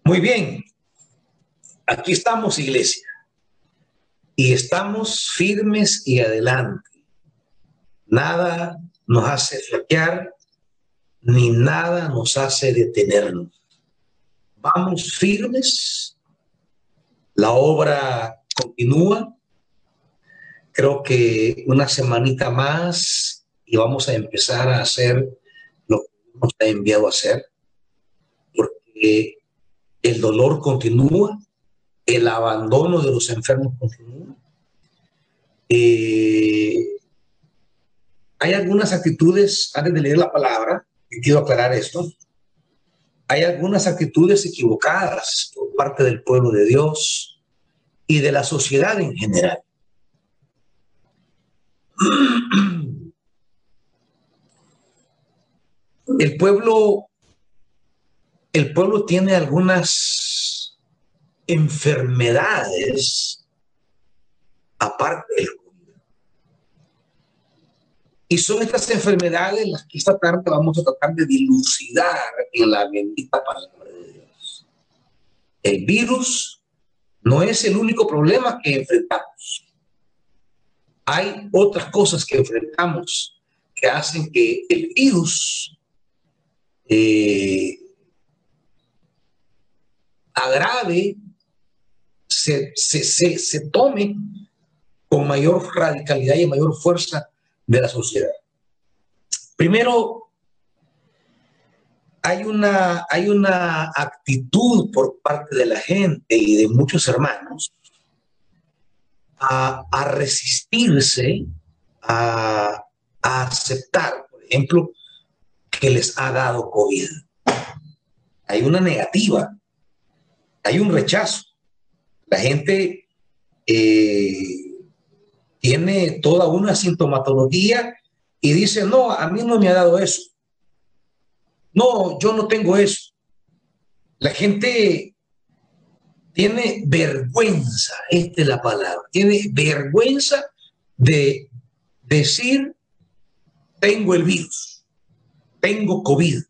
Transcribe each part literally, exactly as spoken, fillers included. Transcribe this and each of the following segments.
Muy bien, aquí estamos, iglesia, y estamos firmes y adelante. Nada nos hace flaquear, ni nada nos hace detenernos. Vamos firmes, la obra continúa. Creo que una semanita más y vamos a empezar a hacer lo que nos ha enviado a hacer, porque el dolor continúa, el abandono de los enfermos continúa. Eh, hay algunas actitudes, antes de leer la palabra, y quiero aclarar esto, hay algunas actitudes equivocadas por parte del pueblo de Dios y de la sociedad en general. El pueblo, el pueblo tiene algunas enfermedades aparte del COVID. Y son estas enfermedades las que esta tarde vamos a tratar de dilucidar en la bendita palabra de Dios. El virus no es el único problema que enfrentamos. Hay otras cosas que enfrentamos que hacen que el virus eh, agrave, se, se, se, se tome con mayor radicalidad y mayor fuerza de la sociedad. Primero, hay una, hay una actitud por parte de la gente y de muchos hermanos a, a resistirse, a, a aceptar, por ejemplo, que les ha dado COVID. Hay una negativa, hay un rechazo. La gente eh, tiene toda una sintomatología y dice, no, a mí no me ha dado eso. No, yo no tengo eso. La gente tiene vergüenza, esta es la palabra, tiene vergüenza de decir, tengo el virus, tengo COVID.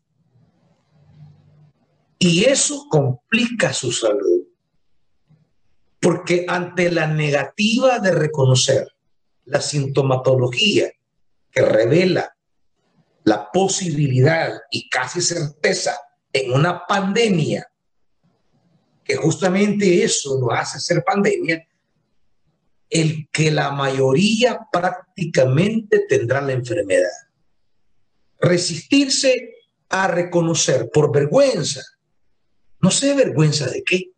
Y eso complica su salud. Porque ante la negativa de reconocer la sintomatología que revela la posibilidad y casi certeza en una pandemia, que justamente eso lo hace ser pandemia, el que la mayoría prácticamente tendrá la enfermedad. Resistirse a reconocer por vergüenza. No sé vergüenza de qué.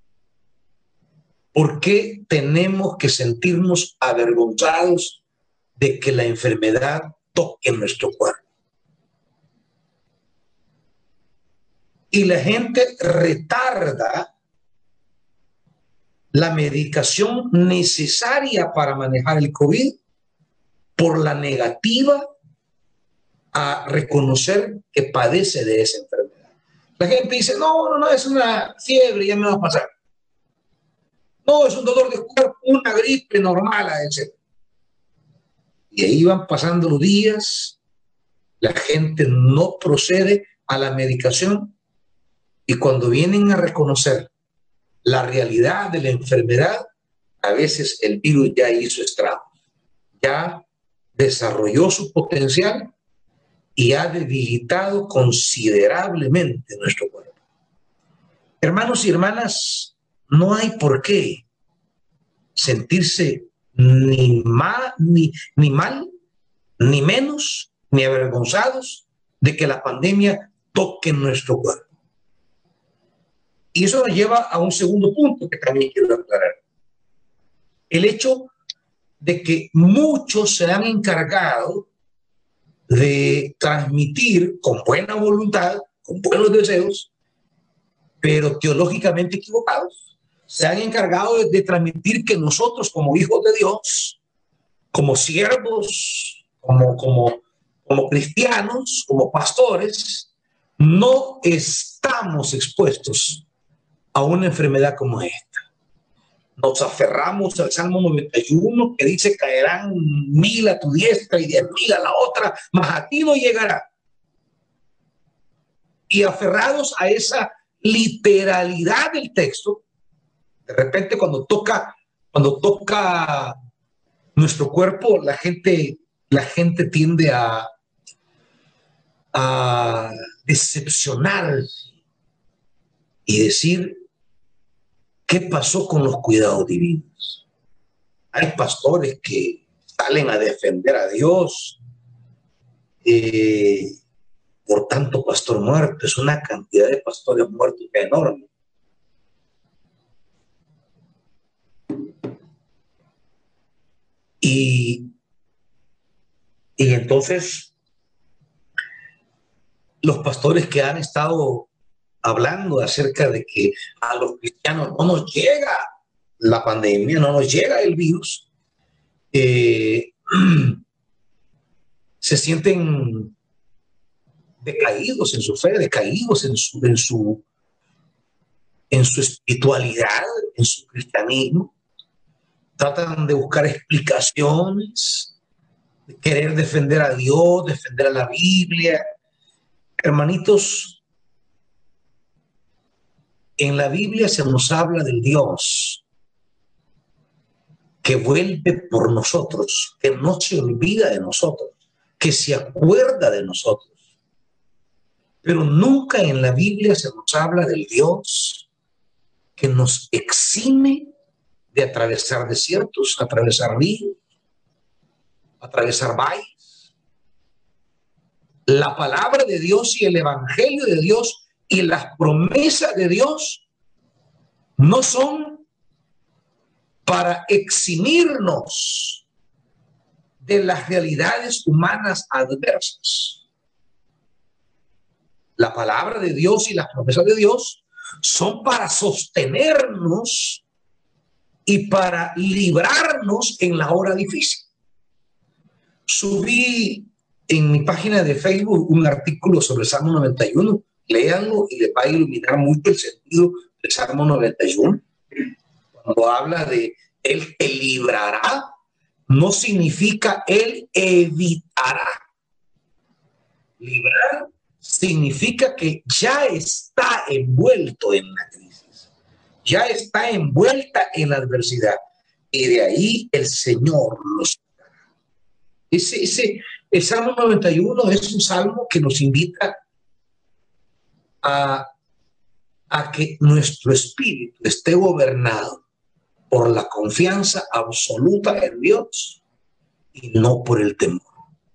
¿Por qué tenemos que sentirnos avergonzados de que la enfermedad toque nuestro cuerpo? Y la gente retarda la medicación necesaria para manejar el COVID por la negativa a reconocer que padece de esa enfermedad. La gente dice, no, no, no, es una fiebre, ya me va a pasar. No, es un dolor de cuerpo, una gripe normal, etcétera. Y ahí van pasando los días, la gente no procede a la medicación y cuando vienen a reconocer la realidad de la enfermedad, a veces el virus ya hizo estragos, ya desarrolló su potencial y ha debilitado considerablemente nuestro cuerpo. Hermanos y hermanas, no hay por qué sentirse ni mal, ni, ni mal, ni menos, ni avergonzados de que la pandemia toque nuestro cuerpo. Y eso nos lleva a un segundo punto que también quiero aclarar. El hecho de que muchos se han encargado de transmitir con buena voluntad, con buenos deseos, pero teológicamente equivocados, se han encargado de, de transmitir que nosotros como hijos de Dios, como siervos, como, como, como cristianos, como pastores, no estamos expuestos a una enfermedad como esta. Nos aferramos al Salmo noventa y uno que dice caerán mil a tu diestra y diez mil a la otra, mas a ti no llegará. Y aferrados a esa literalidad del texto, de repente cuando toca, cuando toca nuestro cuerpo, la gente, la gente tiende a, a decepcionar y decir, ¿qué pasó con los cuidados divinos? Hay pastores que salen a defender a Dios eh, por tanto pastor muerto. Es una cantidad de pastores muertos enorme. Y, y entonces los pastores que han estado hablando acerca de que a los cristianos no nos llega la pandemia, no nos llega el virus, eh, se sienten decaídos en su fe, decaídos en su, en su, en su espiritualidad, en su cristianismo. Tratan de buscar explicaciones, de querer defender a Dios, defender a la Biblia. Hermanitos, en la Biblia se nos habla del Dios que vuelve por nosotros, que no se olvida de nosotros, que se acuerda de nosotros. Pero nunca en la Biblia se nos habla del Dios que nos exime de atravesar desiertos, atravesar ríos, atravesar valles. La palabra de Dios y el evangelio de Dios y las promesas de Dios no son para eximirnos de las realidades humanas adversas. La palabra de Dios y las promesas de Dios son para sostenernos y para librarnos en la hora difícil. Subí en mi página de Facebook un artículo sobre el Salmo noventa y uno. Léanlo y les va a iluminar mucho el sentido del Salmo noventa y uno. Cuando habla de Él te librará, no significa Él evitará. Librar significa que ya está envuelto en la crisis, ya está envuelta en la adversidad, y de ahí el Señor nos sacará. Ese, ese, el Salmo noventa y uno es un salmo que nos invita a, a que nuestro espíritu esté gobernado por la confianza absoluta en Dios y no por el temor,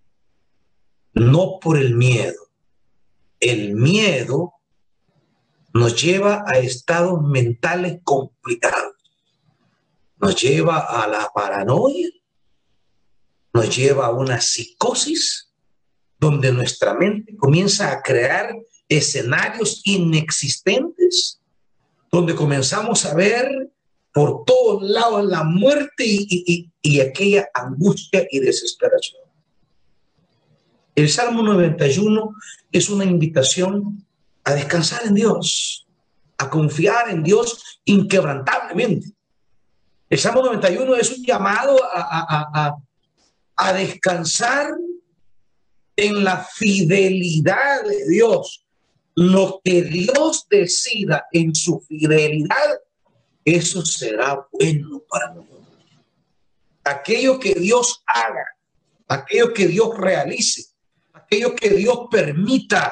no por el miedo. El miedo nos lleva a estados mentales complicados, nos lleva a la paranoia, nos lleva a una psicosis donde nuestra mente comienza a crear escenarios inexistentes, donde comenzamos a ver por todos lados la muerte y, y, y aquella angustia y desesperación. El Salmo noventa y uno es una invitación a descansar en Dios, a confiar en Dios inquebrantablemente. El Salmo noventa y uno es un llamado a, a, a, a descansar en la fidelidad de Dios. Lo que Dios decida en su fidelidad, eso será bueno para nosotros. Aquello que Dios haga, aquello que Dios realice, aquello que Dios permita,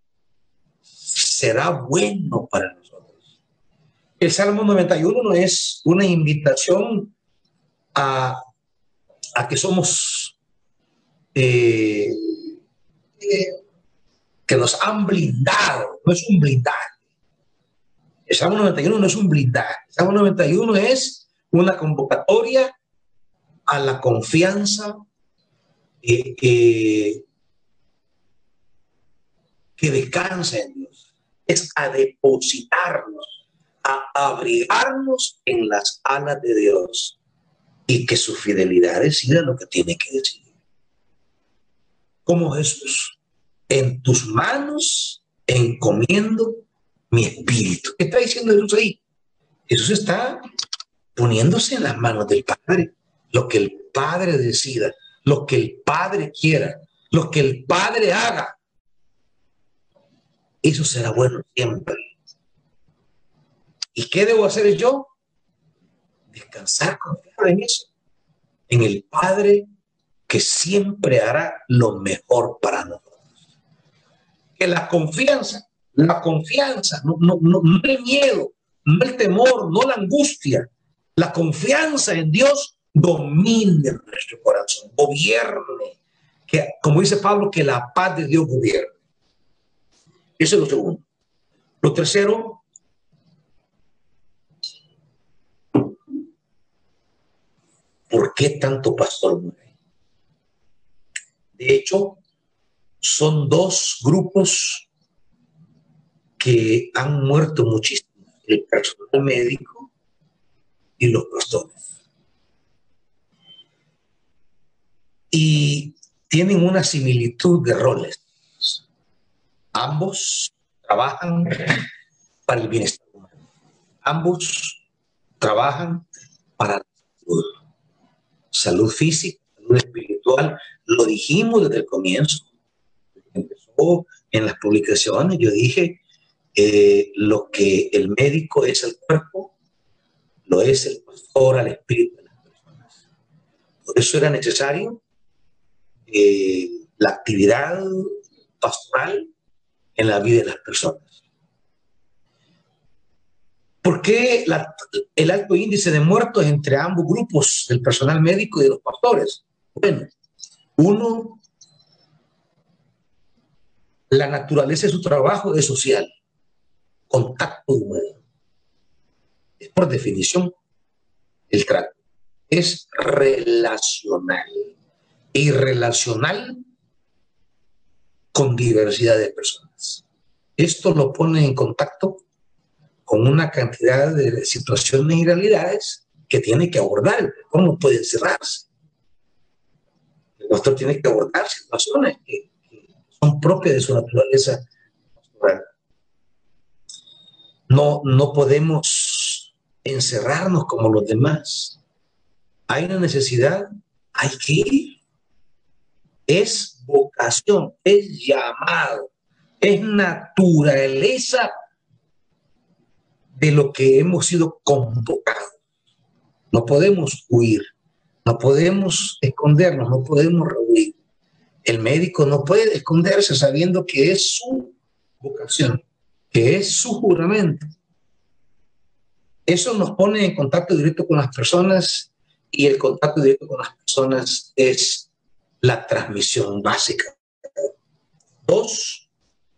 será bueno para nosotros. El Salmo noventa y uno no es una invitación a, a que somos eh, eh, que nos han blindado. No es un blindaje. El Salmo noventa y uno no es un blindaje. El Salmo noventa y uno es una convocatoria a la confianza eh, eh, que descansa en Dios. Es a depositarnos, a abrigarnos en las alas de Dios y que su fidelidad decida lo que tiene que decidir. Como Jesús, en tus manos encomiendo mi espíritu. ¿Qué está diciendo Jesús ahí? Jesús está poniéndose en las manos del Padre. Lo que el Padre decida, lo que el Padre quiera, lo que el Padre haga, eso será bueno siempre. ¿Y qué debo hacer yo? Descansar, confiar en eso, en el Padre que siempre hará lo mejor para nosotros. Que la confianza, la confianza, no, no, no, no el miedo, no el temor, no la angustia, la confianza en Dios domine nuestro corazón, gobierne, que, como dice Pablo, que la paz de Dios gobierne. Eso es lo segundo. Lo tercero, ¿por qué tanto pastor muere? De hecho, son dos grupos que han muerto muchísimo, el personal médico y los pastores. Y tienen una similitud de roles. Ambos trabajan para el bienestar humano. Ambos trabajan para la salud. Salud física, salud espiritual. Lo dijimos desde el comienzo. Empezó en las publicaciones. Yo dije, eh, lo que el médico es al cuerpo, lo es el pastor al espíritu de las personas. Por eso era necesario eh, la actividad pastoral en la vida de las personas. ¿Por qué la, el alto índice de muertos entre ambos grupos, del personal médico y de los pastores? Bueno, uno, la naturaleza de su trabajo es social, contacto humano. Es por definición el trato. Es relacional. Irrelacional con diversidad de personas. Esto lo pone en contacto con una cantidad de situaciones y realidades que tiene que abordar. El pastor no puede encerrarse. El pastor tiene que abordar situaciones que, que son propias de su naturaleza pastoral. No, no podemos encerrarnos como los demás. Hay una necesidad, hay que ir. Es vocación, es llamado, es naturaleza de lo que hemos sido convocados. No podemos huir, no podemos escondernos, no podemos rehuir. El médico no puede esconderse sabiendo que es su vocación, que es su juramento. Eso nos pone en contacto directo con las personas, y el contacto directo con las personas es la transmisión básica. Dos,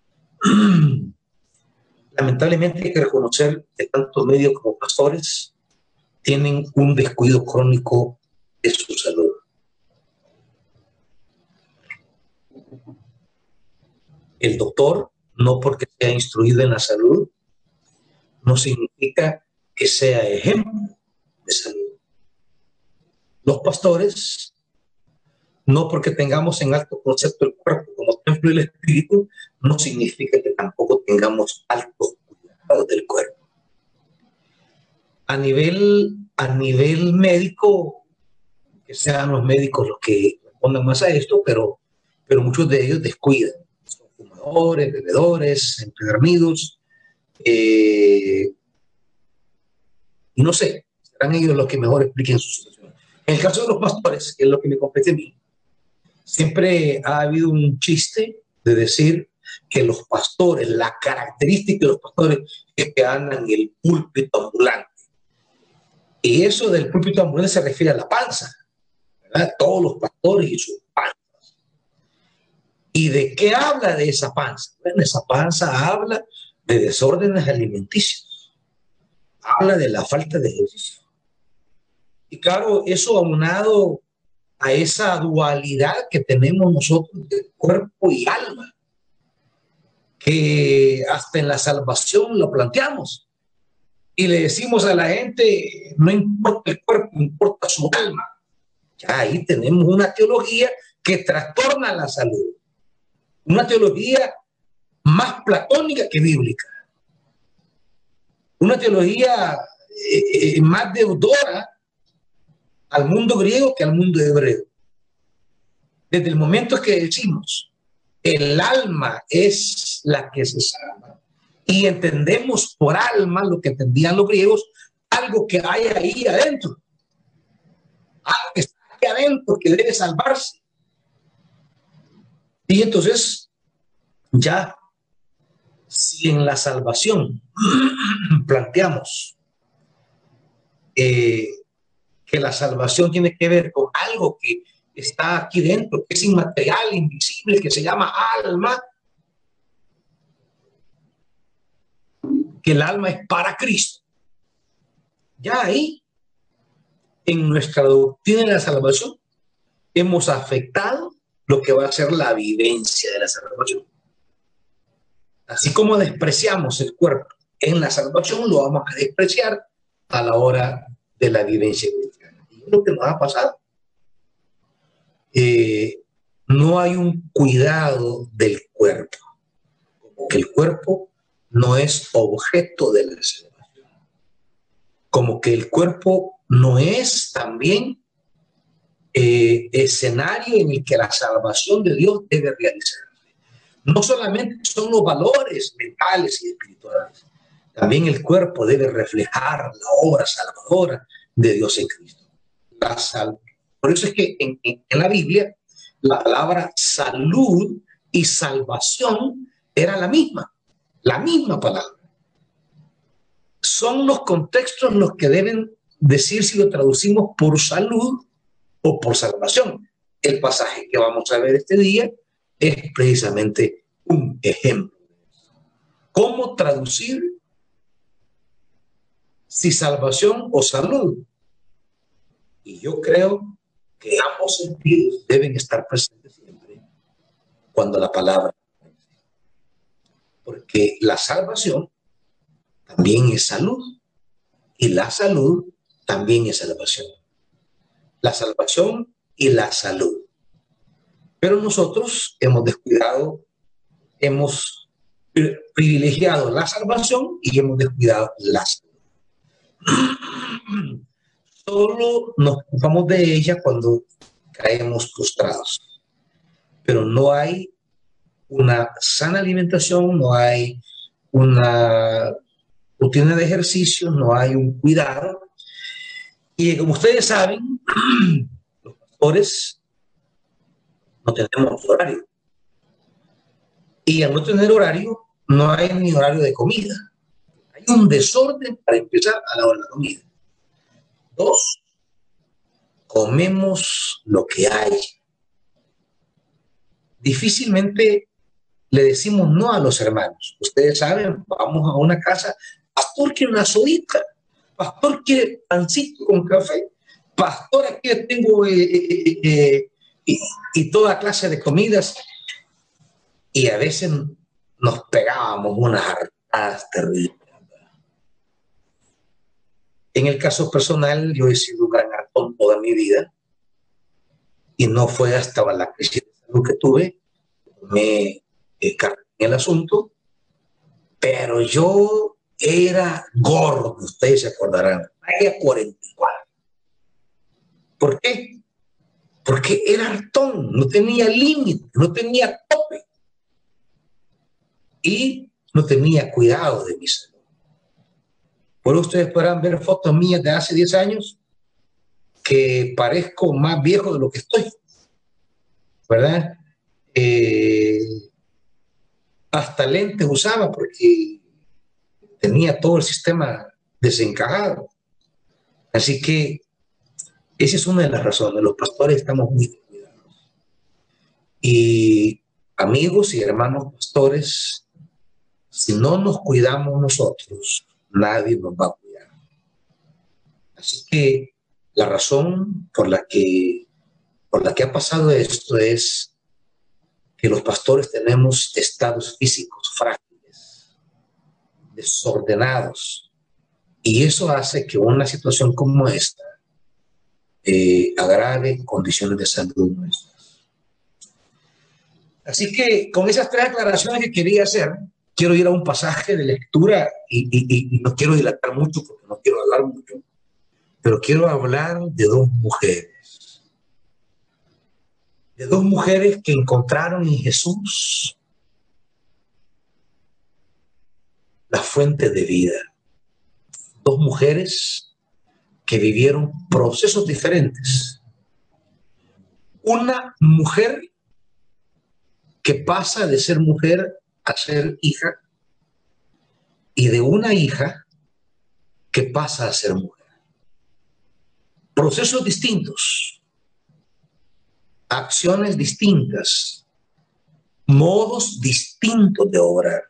lamentablemente hay que reconocer que tanto medios como pastores tienen un descuido crónico de su salud. El doctor, no porque sea instruido en la salud, no significa que sea ejemplo de salud. Los pastores, no porque tengamos en alto concepto el cuerpo como templo del espíritu, no significa que tampoco tengamos alto cuidado del cuerpo. A nivel, a nivel médico, que sean los médicos los que respondan más a esto, pero, pero muchos de ellos descuidan. Son fumadores, bebedores, empedernidos, eh, y no sé, serán ellos los que mejor expliquen su situación. En el caso de los pastores, que es lo que me compete a mí, siempre ha habido un chiste de decir que los pastores, la característica de los pastores es que andan en el púlpito ambulante. Y eso del púlpito ambulante se refiere a la panza, ¿verdad? Todos los pastores y sus panzas. ¿Y de qué habla de esa panza? Bueno, esa panza habla de desórdenes alimenticios. Habla de la falta de ejercicio. Y claro, eso aunado a esa dualidad que tenemos nosotros de cuerpo y alma, que hasta en la salvación lo planteamos y le decimos a la gente, no importa el cuerpo, importa su alma. Ya ahí tenemos una teología que trastorna la salud, una teología más platónica que bíblica, una teología eh, eh, más deudora al mundo griego que al mundo hebreo. Desde el momento que decimos el alma es la que se salva Y entendemos por alma lo que entendían los griegos, algo que hay ahí adentro, algo que está ahí adentro que debe salvarse. Y entonces, ya si en la salvación planteamos eh, que la salvación tiene que ver con algo que está aquí dentro, que es inmaterial, invisible, que se llama alma, que el alma es para Cristo. Ya ahí, en nuestra doctrina de la salvación, hemos afectado lo que va a ser la vivencia de la salvación. Así como despreciamos el cuerpo en la salvación, lo vamos a despreciar a la hora de la vivencia cristiana. Y es lo que nos ha pasado. Eh, no hay un cuidado del cuerpo, como que el cuerpo no es objeto de la salvación, como que el cuerpo no es también eh, escenario en el que la salvación de Dios debe realizarse. No solamente son los valores mentales y espirituales, también el cuerpo debe reflejar la obra salvadora de Dios en Cristo. La sal Por eso es que en, en, en la Biblia la palabra salud y salvación era la misma, la misma palabra. Son los contextos los que deben decir si lo traducimos por salud o por salvación. El pasaje que vamos a ver este día es precisamente un ejemplo. ¿Cómo traducir si salvación o salud? Y yo creo que ambos sentidos deben estar presentes siempre cuando la palabra, porque la salvación también es salud y la salud también es salvación. La salvación y la salud. Pero nosotros hemos descuidado, hemos privilegiado la salvación y hemos descuidado la salud. Solo nos ocupamos de ella cuando caemos frustrados. Pero no hay una sana alimentación, no hay una rutina de ejercicio, no hay un cuidado. Y como ustedes saben, los pastores no tenemos horario. Y al no tener horario, no hay ni horario de comida. Hay un desorden para empezar a la hora de la comida. Dos, comemos lo que hay. Difícilmente le decimos no a los hermanos. Ustedes saben, vamos a una casa, pastor quiere una sodita, pastor quiere pancito con café, pastor aquí tengo eh, eh, eh, y, y toda clase de comidas. Y a veces nos pegábamos unas hartadas terribles. En el caso personal, yo he sido un gran hartón toda mi vida y no fue hasta la crisis de salud que tuve, me eh, cargué en el asunto, pero yo era gordo, ustedes se acordarán, talla cuarenta y cuatro. ¿Por qué? Porque era hartón, no tenía límite, no tenía tope y no tenía cuidado de mi salud. Por ustedes podrán ver fotos mías de hace diez años que parezco más viejo de lo que estoy, ¿verdad? Eh, hasta lentes usaba porque tenía todo el sistema desencajado. Así que esa es una de las razones. Los pastores estamos muy descuidados. Y amigos y hermanos pastores, si no nos cuidamos nosotros, nadie nos va a cuidar. Así que la razón por la que, por la que ha pasado esto es que los pastores tenemos estados físicos frágiles, desordenados, y eso hace que una situación como esta eh, agrave condiciones de salud nuestras. Así que con esas tres aclaraciones que quería hacer, quiero ir a un pasaje de lectura y, y, y no quiero dilatar mucho porque no quiero hablar mucho, pero quiero hablar de dos mujeres, de dos mujeres que encontraron en Jesús la fuente de vida. Dos mujeres que vivieron procesos diferentes. Una mujer que pasa de ser mujer a ser hija, y de una hija que pasa a ser mujer. Procesos distintos, acciones distintas, modos distintos de obrar.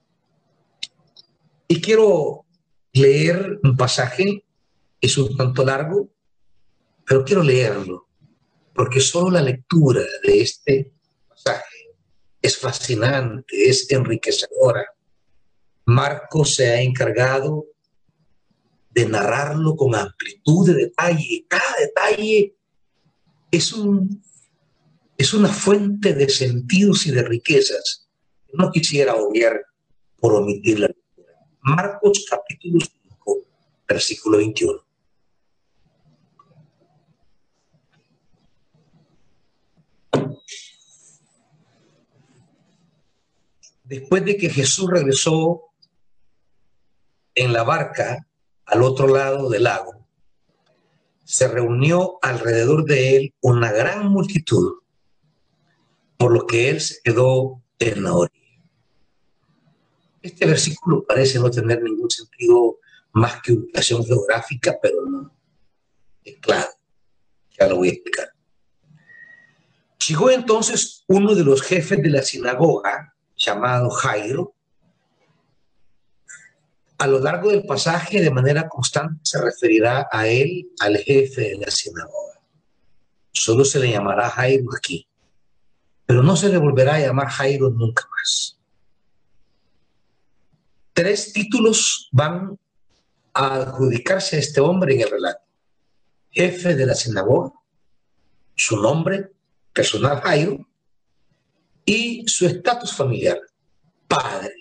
Y quiero leer un pasaje, es un tanto largo, pero quiero leerlo, porque solo la lectura de este pasaje es fascinante, es enriquecedora. Marcos se ha encargado de narrarlo con amplitud de detalle. Cada detalle es, un, es una fuente de sentidos y de riquezas. No quisiera obviar por omitir la lectura. Marcos capítulo cinco, versículo veintiuno. Después de que Jesús regresó en la barca al otro lado del lago, se reunió alrededor de él una gran multitud, por lo que él se quedó en la orilla. Este versículo parece no tener ningún sentido más que ubicación geográfica, pero no, es claro, ya lo voy a explicar. Llegó entonces uno de los jefes de la sinagoga, llamado Jairo. A lo largo del pasaje, de manera constante, se referirá a él, al jefe de la sinagoga. Solo se le llamará Jairo aquí, pero no se le volverá a llamar Jairo nunca más. Tres títulos van a adjudicarse a este hombre en el relato: jefe de la sinagoga, su nombre personal Jairo, y su estatus familiar, padre.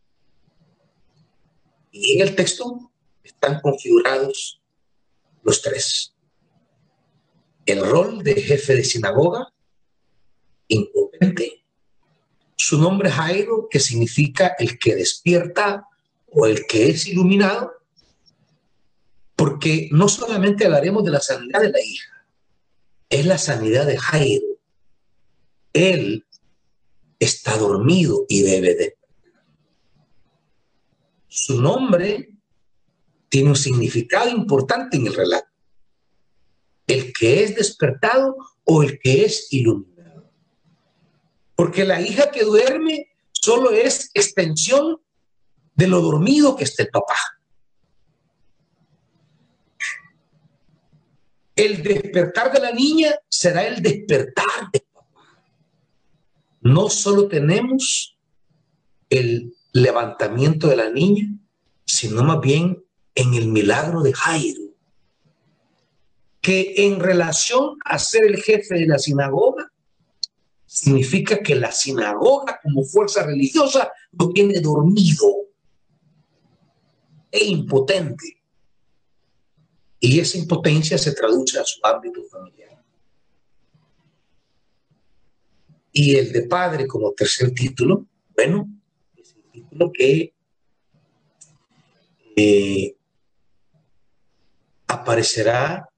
Y en el texto están configurados los tres. El rol de jefe de sinagoga, impotente. Su nombre Jairo, que significa el que despierta o el que es iluminado, porque no solamente hablaremos de la sanidad de la hija, es la sanidad de Jairo. Él está dormido y debe de. Su nombre tiene un significado importante en el relato: el que es despertado o el que es iluminado. Porque la hija que duerme solo es extensión de lo dormido que está el papá. El despertar de la niña será el despertar del papá. No solo tenemos el levantamiento de la niña, sino más bien en el milagro de Jairo, que en relación a ser el jefe de la sinagoga, significa que la sinagoga como fuerza religiosa lo tiene dormido e impotente. Y esa impotencia se traduce a su ámbito familiar. Y el de padre como tercer título, bueno, es el título que eh, aparecerá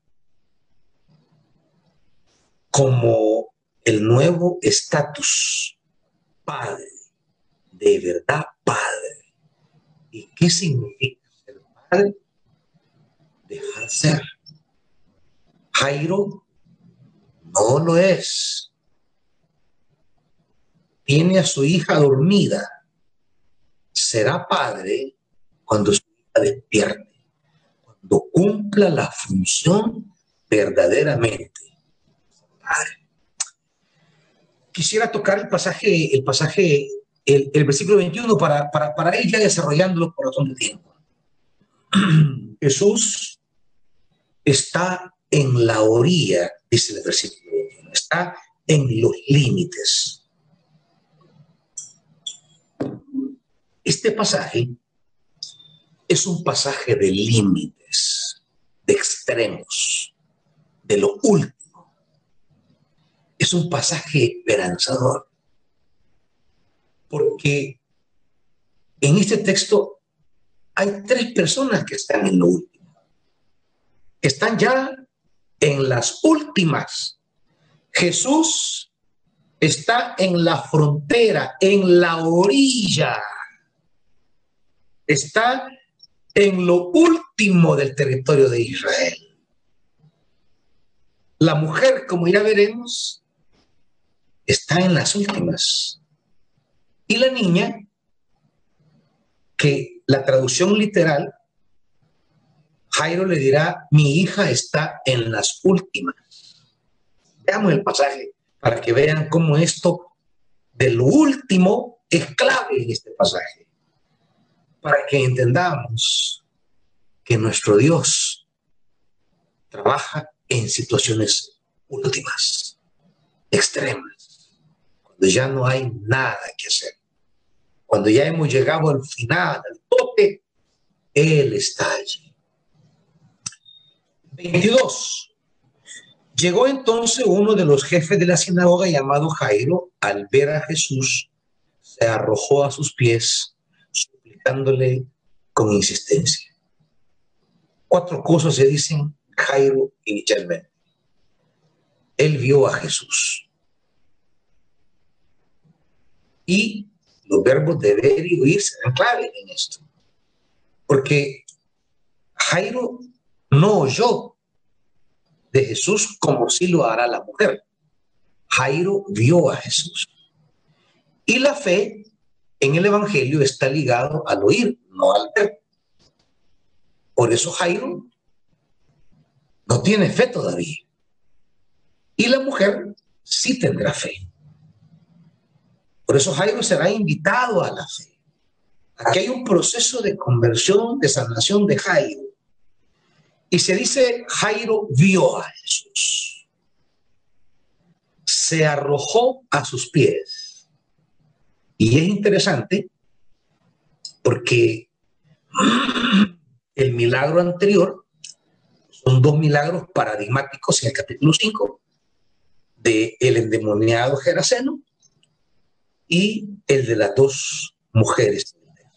como el nuevo estatus: padre, de verdad padre. ¿Y qué significa ser padre? Dejar ser. Jairo no lo es. Tiene a su hija dormida. Será padre cuando su hija despierte, cuando cumpla la función verdaderamente. Padre. Quisiera tocar el pasaje, el pasaje, el, el versículo veintiuno para, para, para ir ya desarrollándolo por razón de tiempo. Jesús está en la orilla, dice el versículo veintiuno, está en los límites. Este pasaje es un pasaje de límites, de extremos, de lo último. Es un pasaje esperanzador, porque en este texto hay tres personas que están en lo último. Están ya en las últimas. Jesús está en la frontera, en la orilla. Está en lo último del territorio de Israel. La mujer, como ya veremos, está en las últimas. Y la niña, que la traducción literal, Jairo le dirá, mi hija está en las últimas. Veamos el pasaje para que vean cómo esto de lo último es clave en este pasaje. Para que entendamos que nuestro Dios trabaja en situaciones últimas, extremas, cuando ya no hay nada que hacer. Cuando ya hemos llegado al final, al tope, Él está allí. veintidós. Llegó entonces uno de los jefes de la sinagoga llamado Jairo. Al ver a Jesús, se arrojó a sus pies, suplicándole con insistencia. Cuatro cosas se dicen Jairo inicialmente. Él vio a Jesús. Y los verbos de ver y oír serán clave en esto. Porque Jairo no oyó de Jesús como sí lo hará la mujer. Jairo vio a Jesús. Y la fe en el Evangelio está ligado al oír, no al ver. Por eso Jairo no tiene fe todavía. Y la mujer sí tendrá fe. Por eso Jairo será invitado a la fe. Aquí hay un proceso de conversión, de sanación de Jairo. Y se dice, Jairo vio a Jesús. Se arrojó a sus pies. Y es interesante porque el milagro anterior son dos milagros paradigmáticos en el capítulo cinco de el endemoniado Geraseno y el de las dos mujeres.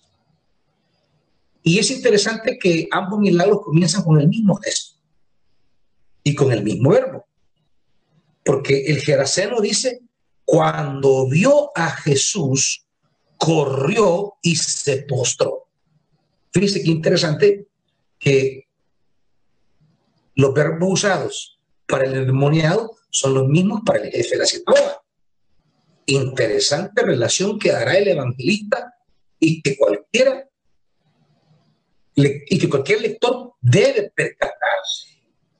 Y es interesante que ambos milagros comienzan con el mismo gesto y con el mismo verbo. Porque el Geraseno dice, cuando vio a Jesús, corrió y se postró. Fíjese qué interesante que los verbos usados para el endemoniado son los mismos para el jefe de la sinagoga. Interesante relación que dará el evangelista y que cualquiera y que cualquier lector debe percatarse.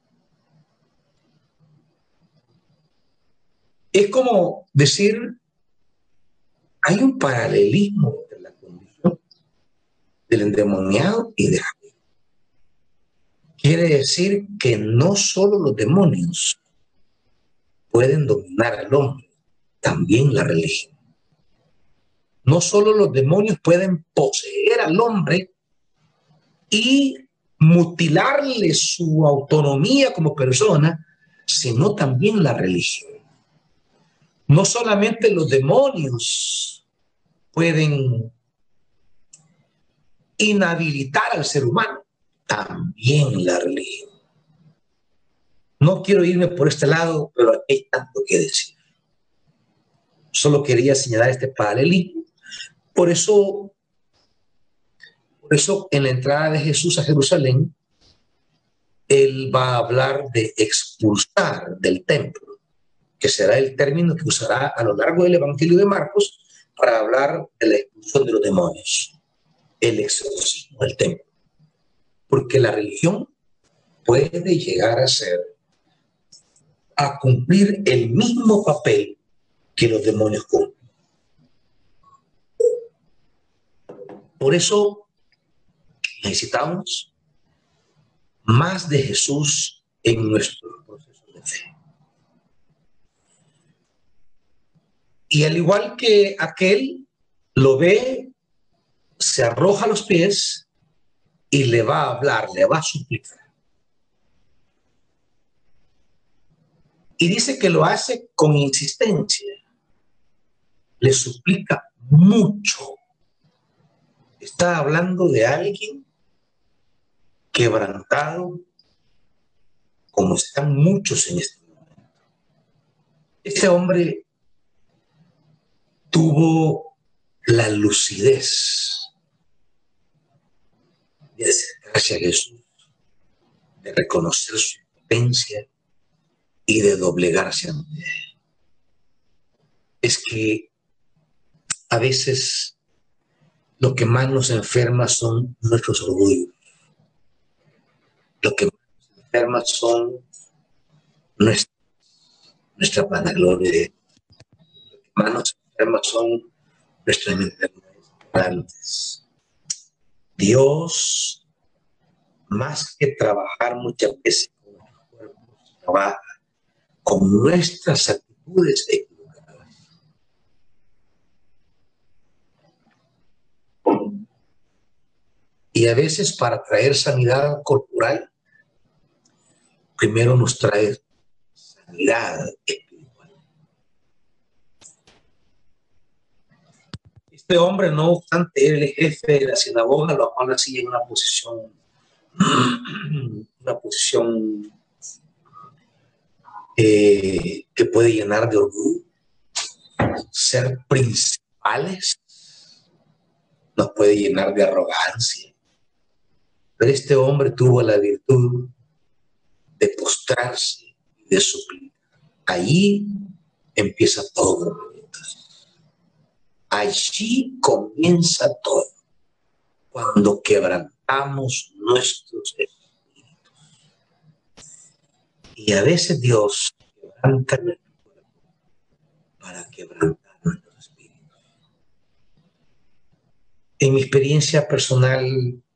Es como decir, hay un paralelismo entre la condición del endemoniado y de Jairo. Quiere decir que no solo los demonios pueden dominar al hombre, también la religión. No solo los demonios pueden poseer al hombre y mutilarle su autonomía como persona, sino también la religión. No solamente los demonios pueden inhabilitar al ser humano, también la religión. No quiero irme por este lado, pero hay tanto que decir. Solo quería señalar este paralelismo. Por eso, por eso en la entrada de Jesús a Jerusalén, Él va a hablar de expulsar del templo, que será el término que usará a lo largo del Evangelio de Marcos para hablar de la expulsión de los demonios, el exorcismo del templo. Porque la religión puede llegar a ser, a cumplir el mismo papel que los demonios cumplen. Por eso necesitamos más de Jesús en nuestros procesos de fe. Y al igual que aquel lo ve, se arroja a los pies y le va a hablar, le va a suplicar. Y dice que lo hace con insistencia. Le suplica mucho. Está hablando de alguien quebrantado, como están muchos en este momento. Este hombre tuvo la lucidez de acercarse a Jesús, de reconocer su potencia y de doblegarse ante él. Es que a veces lo que más nos enferma son nuestros orgullos. Lo que más nos enferma son nuestra, nuestra vanagloria. Lo que más nos enferma son nuestras mentalidades ignorantes. Dios, más que trabajar muchas veces con nuestros cuerpos, trabaja con nuestras actitudes equivocadas. Y a veces para traer sanidad corporal, primero nos trae sanidad espiritual. Este hombre, no obstante, era el jefe de la sinagoga, lo cual así en una posición, una posición eh, que puede llenar de orgullo. Ser principales nos puede llenar de arrogancia. Pero este hombre tuvo la virtud de postrarse y de suplicar. Allí empieza todo. Allí comienza todo. Cuando quebrantamos nuestros espíritus. Y a veces Dios quebranta nuestro cuerpo para quebrantar nuestros espíritus. En mi experiencia personal,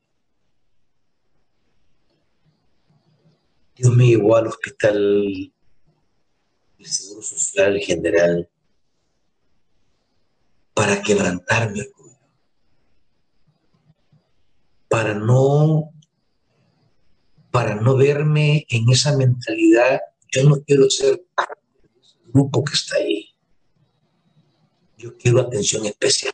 Dios me llevó al hospital del Seguro Social General para quebrantar mi orgullo, para no, para no verme en esa mentalidad. Yo no quiero ser parte de ese grupo que está ahí. Yo quiero atención especial.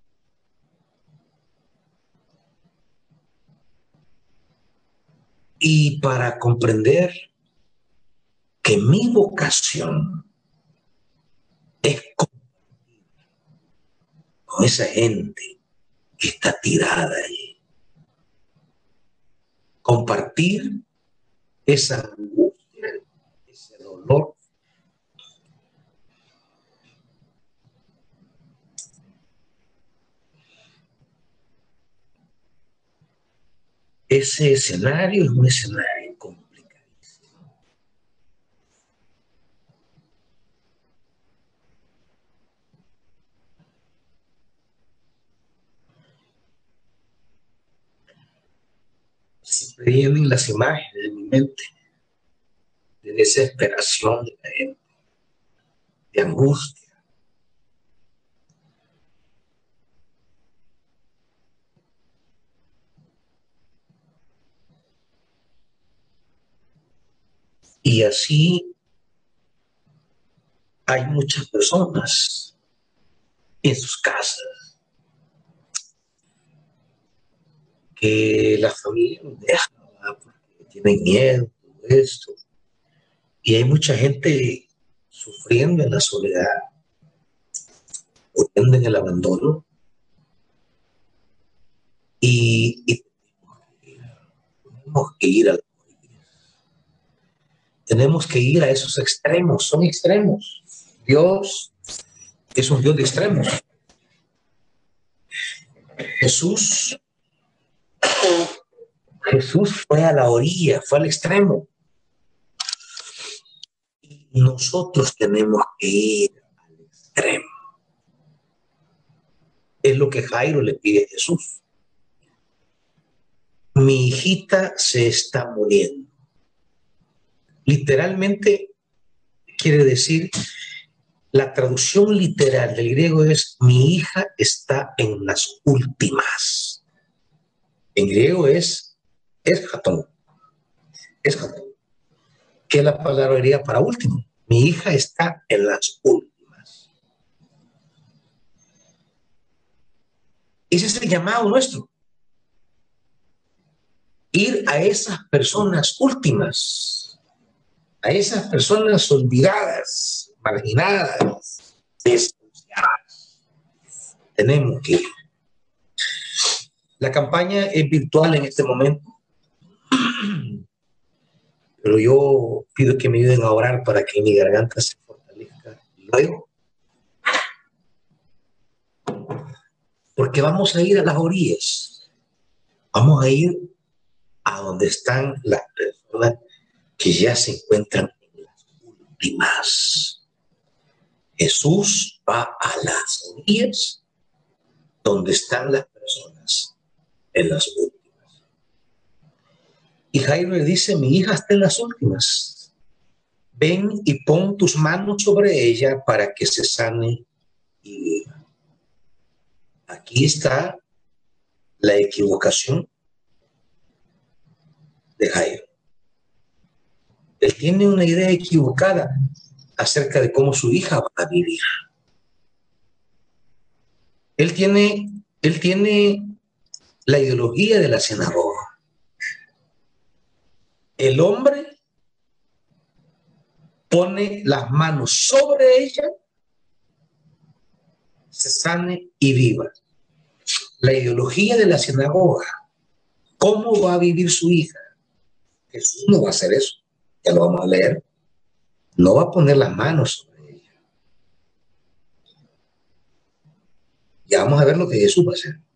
Y para comprender que mi vocación es compartir con esa gente que está tirada ahí. Compartir esa angustia, ese dolor. Ese escenario es un escenario complicadísimo. Siempre vienen las imágenes de mi mente, de desesperación de la gente, de angustia. Y así hay muchas personas en sus casas que la familia los deja, ¿verdad? Porque tienen miedo, todo esto. Y hay mucha gente sufriendo en la soledad, muriendo en el abandono. Y, y tenemos que ir a tenemos que ir a esos extremos, son extremos. Dios es un Dios de extremos. Jesús, Jesús fue a la orilla, fue al extremo. Y nosotros tenemos que ir al extremo. Es lo que Jairo le pide a Jesús. Mi hijita se está muriendo. Literalmente quiere decir, la traducción literal del griego es: mi hija está en las últimas. En griego es eschaton. Eschaton. ¿Qué es la palabra para último? Mi hija está en las últimas. Ese es el llamado nuestro. ir a esas personas últimas, a esas personas olvidadas, marginadas, despreciadas. Tenemos que ir. La campaña es virtual en este momento, pero yo pido que me ayuden a orar para que mi garganta se fortalezca luego, porque vamos a ir a las orillas, vamos a ir a donde están las personas que ya se encuentran en las últimas. Jesús va a las orillas donde están las personas en las últimas. Y Jairo le dice, mi hija está en las últimas. Ven y pon tus manos sobre ella para que se sane y viva. Aquí está la equivocación de Jairo. Él tiene una idea equivocada acerca de cómo su hija va a vivir. Él tiene, él tiene la ideología de la sinagoga. El hombre pone las manos sobre ella, se sane y viva. La ideología de la sinagoga. ¿Cómo va a vivir su hija? Jesús no va a hacer eso. Ya lo vamos a leer. No va a poner las manos sobre ella. Ya vamos a ver lo que Jesús va a hacer.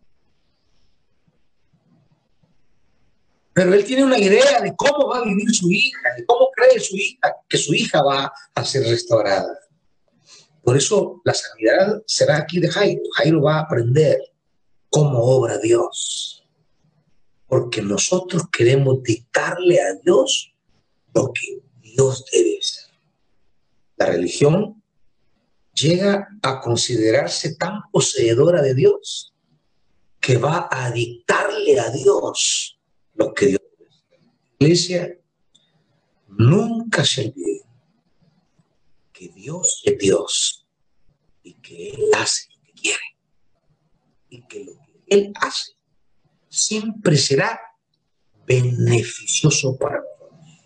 Pero él tiene una idea de cómo va a vivir su hija, de cómo cree su hija, que su hija va a ser restaurada. Por eso la sanidad será aquí de Jairo. Jairo va a aprender cómo obra Dios. Porque nosotros queremos dictarle a Dios lo que Dios debe ser. La religión llega a considerarse tan poseedora de Dios que va a dictarle a Dios lo que Dios debe ser. Iglesia, nunca se olvide que Dios es Dios y que Él hace lo que quiere y que lo que Él hace siempre será beneficioso para nosotros.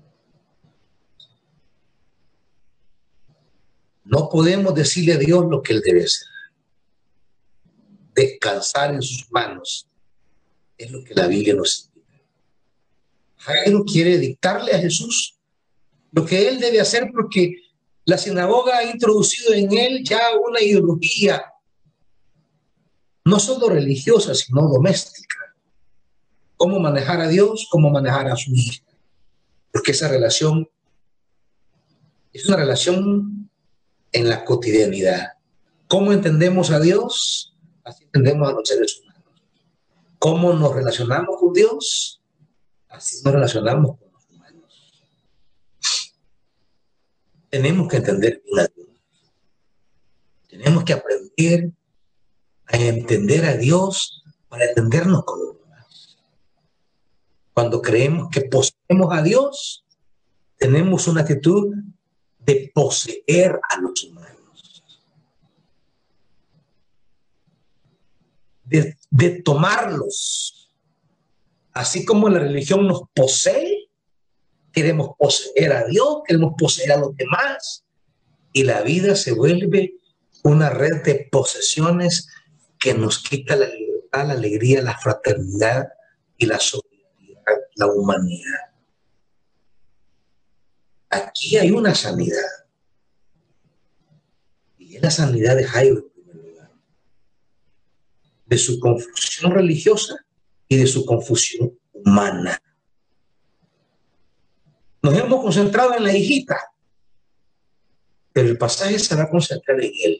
No podemos decirle a Dios lo que Él debe hacer. Descansar en sus manos es lo que la Biblia nos invita. Jairo quiere dictarle a Jesús lo que Él debe hacer porque la sinagoga ha introducido en él ya una ideología no solo religiosa, sino doméstica. Cómo manejar a Dios, cómo manejar a su hija. Porque esa relación es una relación en la cotidianidad. ¿Cómo entendemos a Dios? Así entendemos a los seres humanos. ¿Cómo nos relacionamos con Dios? Así nos relacionamos con los humanos. Tenemos que entender bien a Dios. Tenemos que aprender a entender a Dios para entendernos con los demás. Cuando creemos que poseemos a Dios, tenemos una actitud de poseer a los humanos, de, de tomarlos. Así como la religión nos posee, queremos poseer a Dios, queremos poseer a los demás, y la vida se vuelve una red de posesiones que nos quita la libertad, la alegría, la fraternidad y la solidaridad, la humanidad. Aquí hay una sanidad, y es la sanidad de Jairo en primer lugar, de su confusión religiosa y de su confusión humana. Nos hemos concentrado en la hijita, pero el pasaje se va a concentrar en él.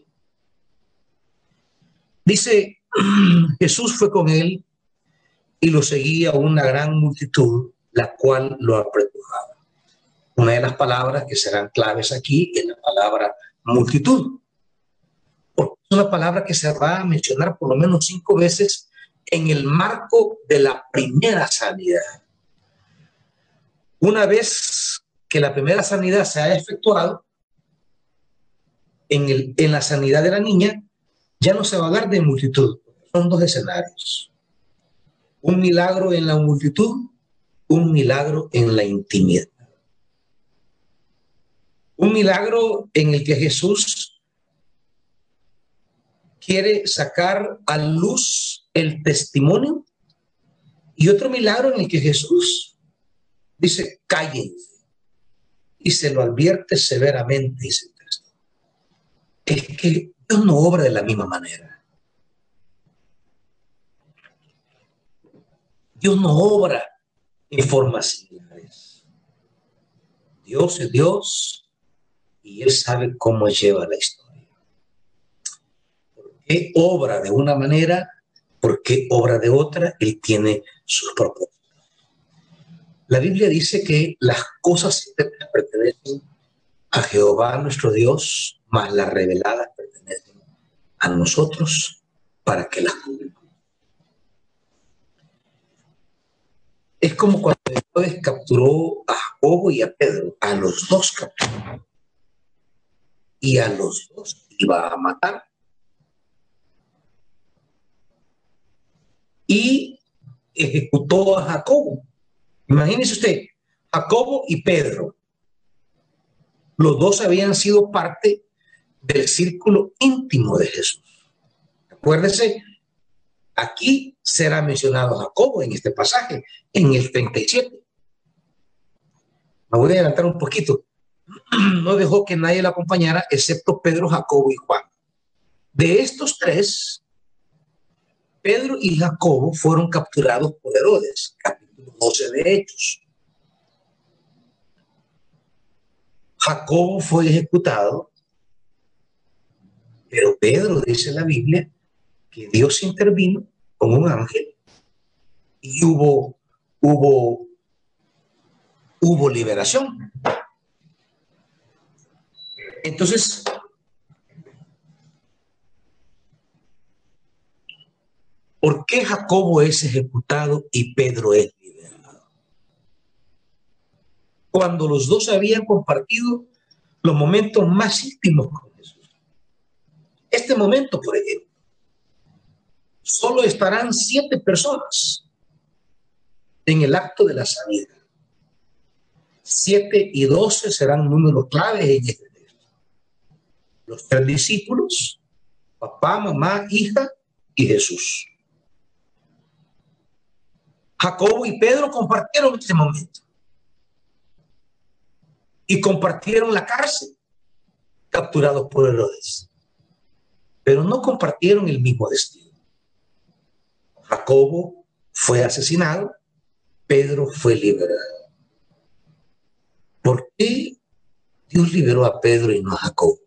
Dice, Jesús fue con él y lo seguía una gran multitud, la cual lo apretujaba. Una de las palabras que serán claves aquí es la palabra multitud. Porque es una palabra que se va a mencionar por lo menos cinco veces en el marco de la primera sanidad. Una vez que la primera sanidad se ha efectuado, en, el, en la sanidad de la niña, ya no se va a hablar de multitud. Son dos escenarios. Un milagro en la multitud un milagro en la intimidad. Un milagro en el que Jesús quiere sacar a luz el testimonio, y otro milagro en el que Jesús dice, cállense, y se lo advierte severamente, dice el texto. Es que Dios no obra de la misma manera. Dios no obra en formas similares. Dios es Dios y Él sabe cómo lleva la historia. ¿Por qué obra de una manera? ¿Por qué obra de otra? Él tiene sus propósitos. La Biblia dice que las cosas secretas pertenecen a Jehová nuestro Dios, mas las reveladas pertenecen a nosotros para que las cumplamos. Es como cuando Herodes capturó a Jacobo y a Pedro, a los dos capturó, y a los dos iba a matar. Y ejecutó a Jacobo. Imagínese usted, Jacobo y Pedro, los dos habían sido parte del círculo íntimo de Jesús. Acuérdese, aquí será mencionado Jacobo en este pasaje, en el treinta y siete. Me voy a adelantar un poquito. No dejó que nadie lo acompañara, excepto Pedro, Jacobo y Juan. De estos tres, Pedro y Jacobo fueron capturados por Herodes, capítulo doce de Hechos. Jacobo fue ejecutado, pero Pedro, dice la Biblia, que Dios intervino con un ángel y hubo, hubo, hubo liberación. Entonces, ¿por qué Jacobo es ejecutado y Pedro es liberado? Cuando los dos habían compartido los momentos más íntimos con Jesús. Este momento, por ejemplo, solo estarán siete personas en el acto de la salida. Siete y doce serán números claves en este texto. Los tres discípulos, papá, mamá, hija y Jesús. Jacobo y Pedro compartieron este momento. Y compartieron la cárcel, capturados por Herodes. Pero no compartieron el mismo destino. Jacobo fue asesinado, Pedro fue liberado. ¿Por qué Dios liberó a Pedro y no a Jacobo?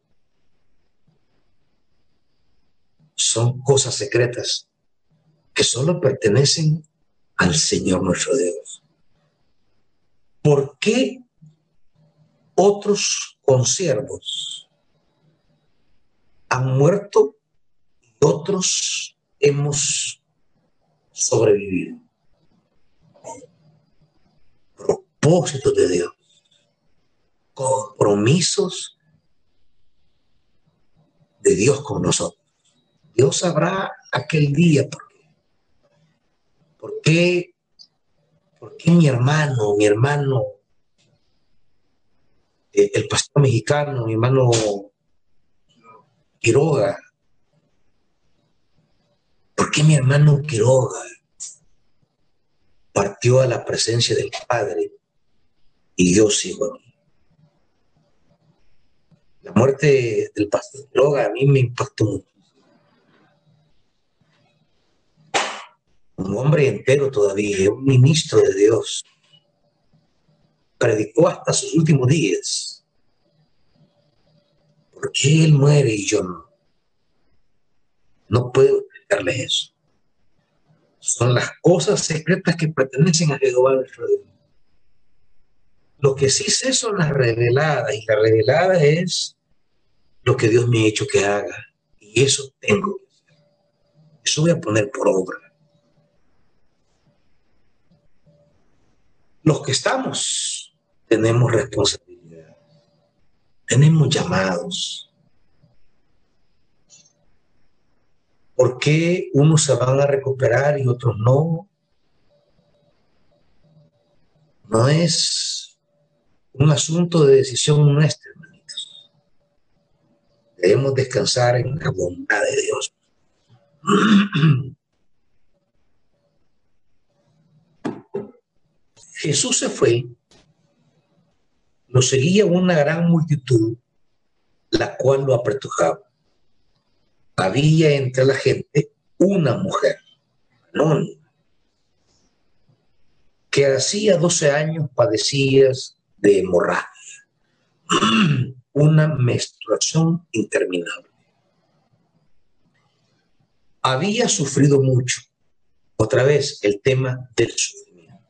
Son cosas secretas que solo pertenecen al Señor nuestro Dios. ¿Por qué otros consiervos han muerto y otros hemos sobrevivido? Propósitos de Dios, compromisos de Dios con nosotros. Dios sabrá aquel día por qué. ¿Por qué? ¿Por qué mi hermano, mi hermano, eh, el pastor mexicano, mi hermano Quiroga? ¿Por qué mi hermano Quiroga partió a la presencia del Padre y yo sigo aquí? La muerte del pastor Quiroga a mí me impactó mucho. Un hombre entero todavía, un ministro de Dios, predicó hasta sus últimos días. ¿Por qué él muere y yo no? No puedo explicarles eso. Son las cosas secretas que pertenecen a Jehová nuestro Dios. Lo que sí sé son las reveladas, y la revelada es lo que Dios me ha hecho que haga. Y eso tengo que hacer. Eso voy a poner por obra. Los que estamos tenemos responsabilidad, tenemos llamados. ¿Por qué unos se van a recuperar y otros no? no es un asunto de decisión nuestra, hermanitos. Debemos descansar en la bondad de Dios. Jesús se fue, lo seguía una gran multitud, la cual lo apretujaba. Había entre la gente una mujer, anónima, que hacía doce años padecía de hemorragia, una menstruación interminable. Había sufrido mucho, otra vez el tema del sufrimiento,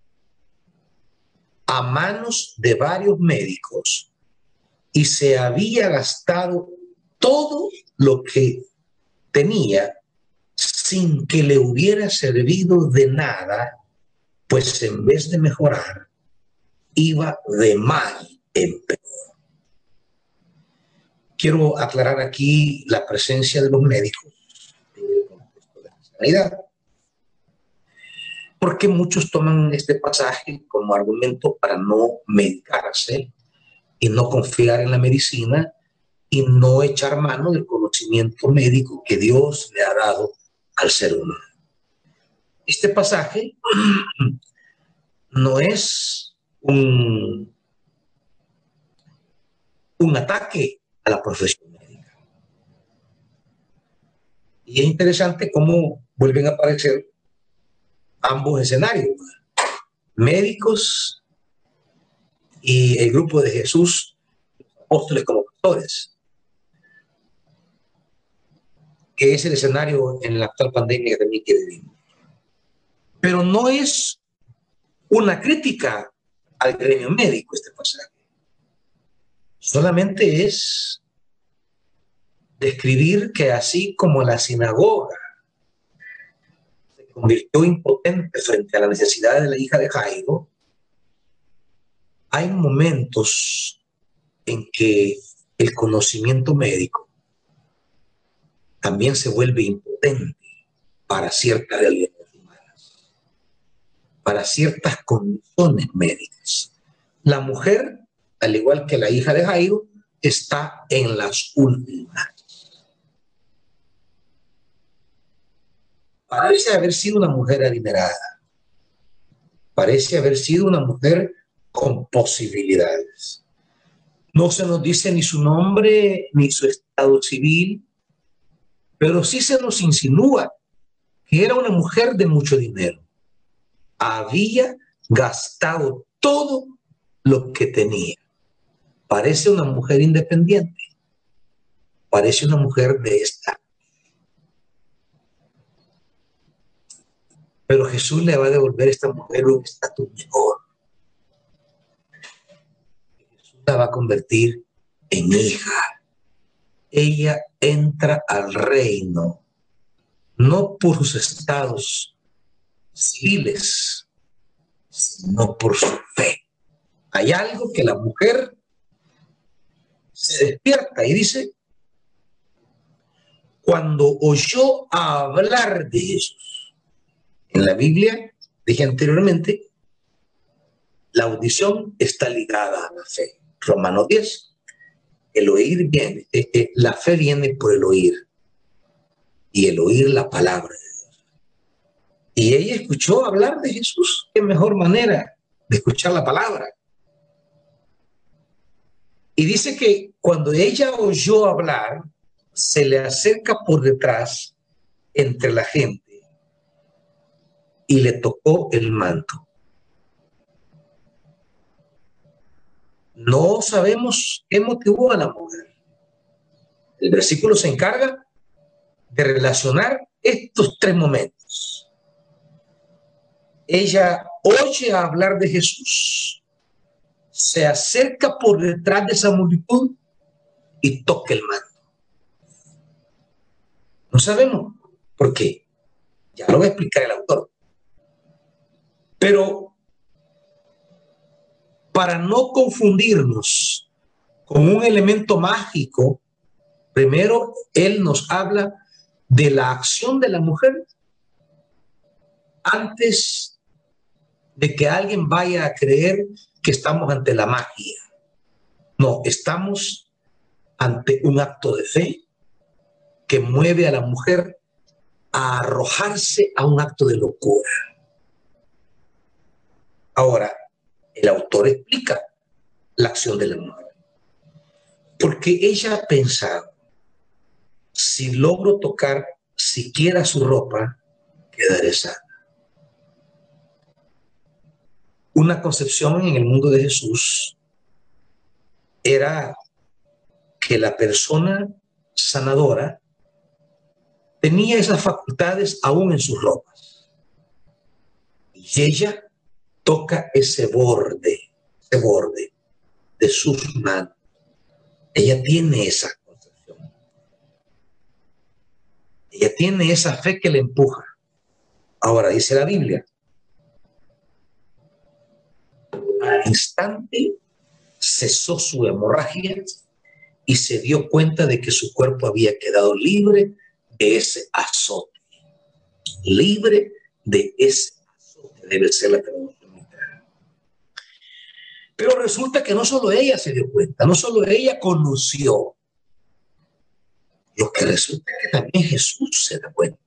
a manos de varios médicos, y se había gastado todo lo que tenía sin que le hubiera servido de nada, pues en vez de mejorar, iba de mal en peor. Quiero aclarar aquí la presencia de los médicos en el contexto de la sanidad, porque muchos toman este pasaje como argumento para no medicarse y no confiar en la medicina y no echar mano del conocimiento médico que Dios le ha dado al ser humano. Este pasaje no es un, un ataque a la profesión médica. Y es interesante cómo vuelven a aparecer ambos escenarios, médicos y el grupo de Jesús, apóstoles como pastores, que es el escenario en la actual pandemia que también que vivimos. Pero no es una crítica al gremio médico este pasaje. Solamente es describir que así como la sinagoga se convirtió impotente frente a la necesidad de la hija de Jairo, hay momentos en que el conocimiento médico también se vuelve impotente para ciertas realidades humanas, para ciertas condiciones médicas. La mujer, al igual que la hija de Jairo, está en las últimas. Parece haber sido una mujer adinerada, parece haber sido una mujer con posibilidades. No se nos dice ni su nombre ni su estado civil, pero sí se nos insinúa que era una mujer de mucho dinero. Había gastado todo lo que tenía. Parece una mujer independiente, parece una mujer de esta. Pero Jesús le va a devolver a esta mujer un estatus mejor. Jesús la va a convertir en hija. Ella entra al reino, no por sus estados civiles, sino por su fe. Hay algo que la mujer se despierta y dice, cuando oyó hablar de Jesús. En la Biblia, dije anteriormente, la audición está ligada a la fe. Romanos diez, el oír viene, eh, eh, la fe viene por el oír, y el oír la palabra de Dios. Y ella escuchó hablar de Jesús. Qué mejor manera de escuchar la palabra. Y dice que cuando ella oyó hablar, se le acerca por detrás entre la gente y le tocó el manto. No sabemos qué motivó a la mujer. El versículo se encarga de relacionar estos tres momentos. Ella oye hablar de Jesús, se acerca por detrás de esa multitud y toca el manto. No sabemos por qué. Ya lo va a explicar el autor. Pero para no confundirnos con un elemento mágico, primero él nos habla de la acción de la mujer antes de que alguien vaya a creer que estamos ante la magia. No, estamos ante un acto de fe que mueve a la mujer a arrojarse a un acto de locura. Ahora, el autor explica la acción de la mujer, porque ella ha pensado, si logro tocar siquiera su ropa, quedaré sana. Una concepción en el mundo de Jesús era que la persona sanadora tenía esas facultades aún en sus ropas. Y ella toca ese borde, ese borde de sus manos. Ella tiene esa concepción. Ella tiene esa fe que le empuja. Ahora dice la Biblia, al instante cesó su hemorragia y se dio cuenta de que su cuerpo había quedado libre de ese azote. Libre de ese azote, debe ser la traducción literal. Pero resulta que no solo ella se dio cuenta, no solo ella conoció, lo que resulta es que también Jesús se da cuenta.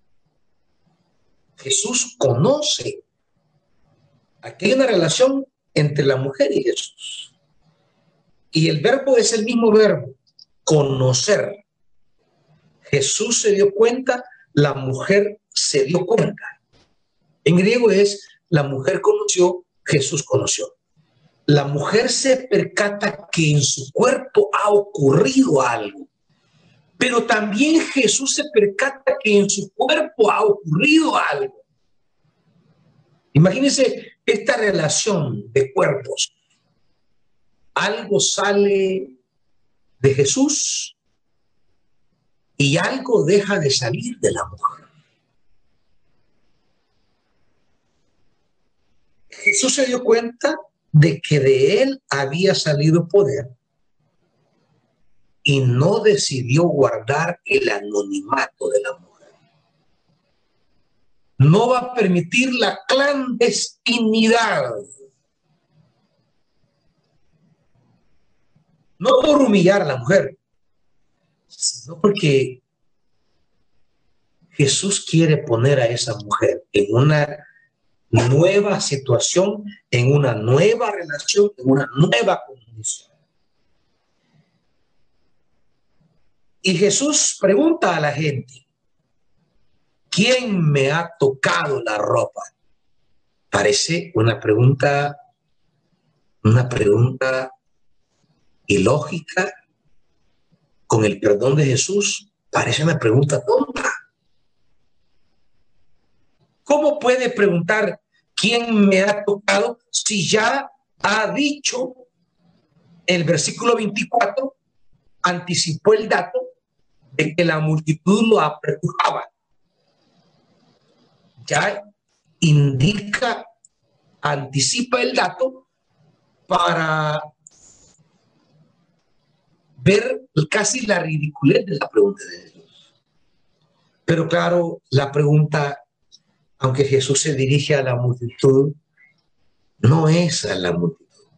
Jesús conoce. Aquí hay una relación entre la mujer y Jesús. Y el verbo es el mismo verbo, conocer. Jesús se dio cuenta, la mujer se dio cuenta. En griego es, la mujer conoció, Jesús conoció. La mujer se percata que en su cuerpo ha ocurrido algo, pero también Jesús se percata que en su cuerpo ha ocurrido algo. Imagínense esta relación de cuerpos. Algo sale de Jesús y algo deja de salir de la mujer. Jesús se dio cuenta de que de él había salido poder y no decidió guardar el anonimato de la mujer. No va a permitir la clandestinidad. No por humillar a la mujer, sino porque Jesús quiere poner a esa mujer en una nueva situación, en una nueva relación, en una nueva condición. Y Jesús pregunta a la gente, ¿quién me ha tocado la ropa? Parece una pregunta, una pregunta ilógica, con el perdón de Jesús, parece una pregunta tonta. ¿Cómo puede preguntar quién me ha tocado si ya ha dicho el versículo veinticuatro, anticipó el dato de que la multitud lo apretujaba? Ya indica, anticipa el dato para ver casi la ridiculez de la pregunta de Jesús. Pero claro, la pregunta, aunque Jesús se dirige a la multitud, no es a la multitud,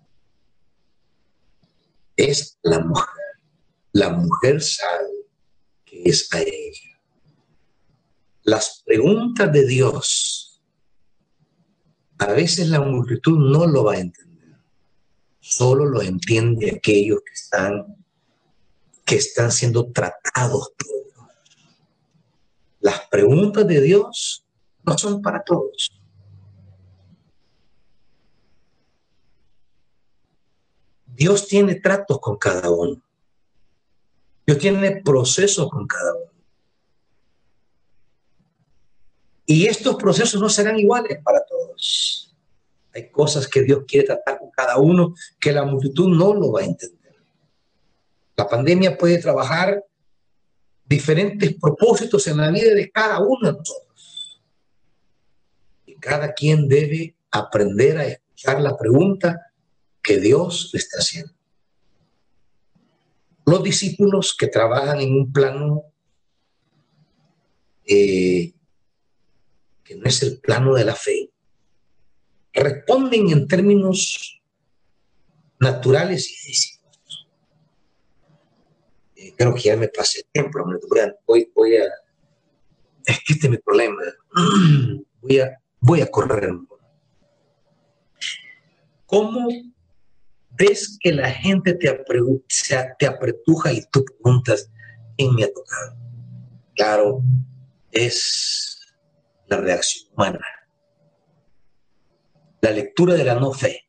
es la mujer. La mujer sabe que es a ella. Las preguntas de Dios, a veces la multitud no lo va a entender. Solo lo entiende aquellos que están, que están siendo tratados por Dios. Las preguntas de Dios no son para todos. Dios tiene tratos con cada uno. Dios tiene procesos con cada uno. Y estos procesos no serán iguales para todos. Hay cosas que Dios quiere tratar con cada uno que la multitud no lo va a entender. La pandemia puede trabajar diferentes propósitos en la vida de cada uno de nosotros. Y cada quien debe aprender a escuchar la pregunta que Dios le está haciendo. Los discípulos que trabajan en un plano eh, que no es el plano de la fe, responden en términos naturales y físicos. Eh, creo que ya me pasé el tiempo, voy, voy a... Es que este es mi problema. Voy a, voy a correr. ¿Cómo ves que la gente te, apre, te apretuja y tú preguntas quién me ha tocado? Claro, es la reacción humana. La lectura de la no fe.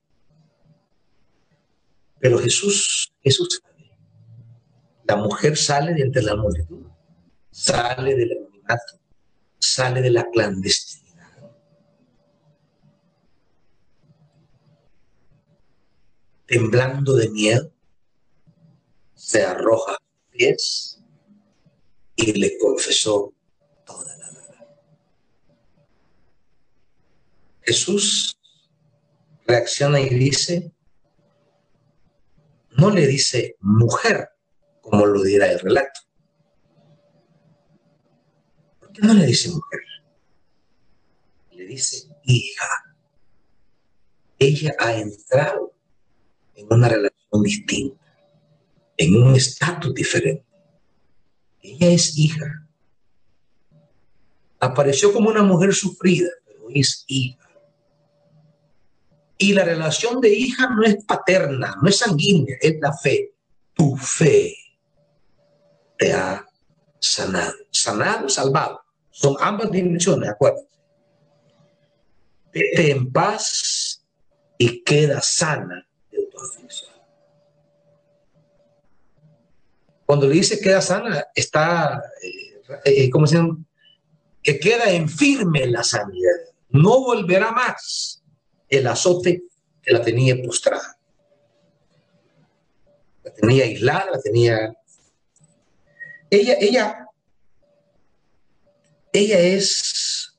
Pero Jesús, Jesús sabe. La mujer sale de entre la multitud, sale del anonimato, sale de la clandestinidad. Temblando de miedo, se arroja a sus pies y le confesó toda la verdad. Jesús reacciona y dice, no le dice mujer, como lo dirá el relato. ¿Por qué no le dice mujer? Le dice hija. Ella ha entrado en una relación distinta, en un estatus diferente. Ella es hija. Apareció como una mujer sufrida, pero es hija. Y la relación de hija no es paterna, no es sanguínea, es la fe. Tu fe te ha sanado. Sanado, salvado. Son ambas dimensiones, acuérdate. Vete en paz y queda sana de tu aflicción. Cuando le dice queda sana, está, eh, eh, ¿cómo se llama? Que queda en firme la sanidad. No volverá más el azote que la tenía postrada. La tenía aislada, la tenía... Ella, ella, ella es...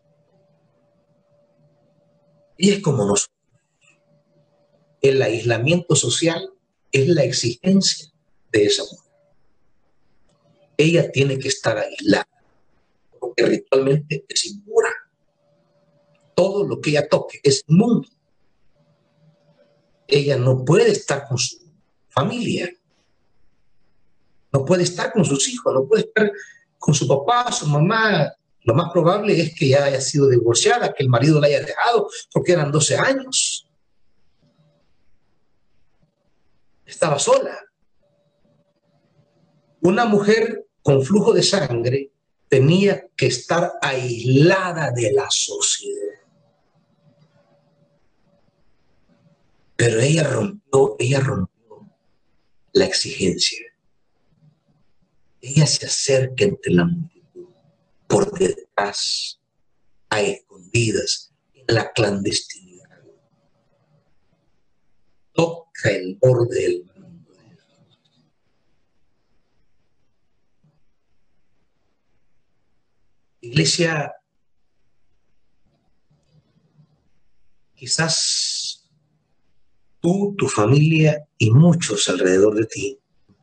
Ella es como nosotros. El aislamiento social es la exigencia de esa mujer. Ella tiene que estar aislada, porque ritualmente es impura. Todo lo que ella toque es inmundo. Ella no puede estar con su familia, no puede estar con sus hijos, no puede estar con su papá, su mamá. Lo más probable es que ya haya sido divorciada, que el marido la haya dejado, porque eran doce años. Estaba sola. Una mujer con flujo de sangre tenía que estar aislada de la sociedad. Pero ella rompió, ella rompió la exigencia. Ella se acerca entre la multitud, por detrás, a escondidas, en la clandestinidad. Toca el borde del mundo de Jesús. Iglesia, quizás tú, tu familia y muchos alrededor de ti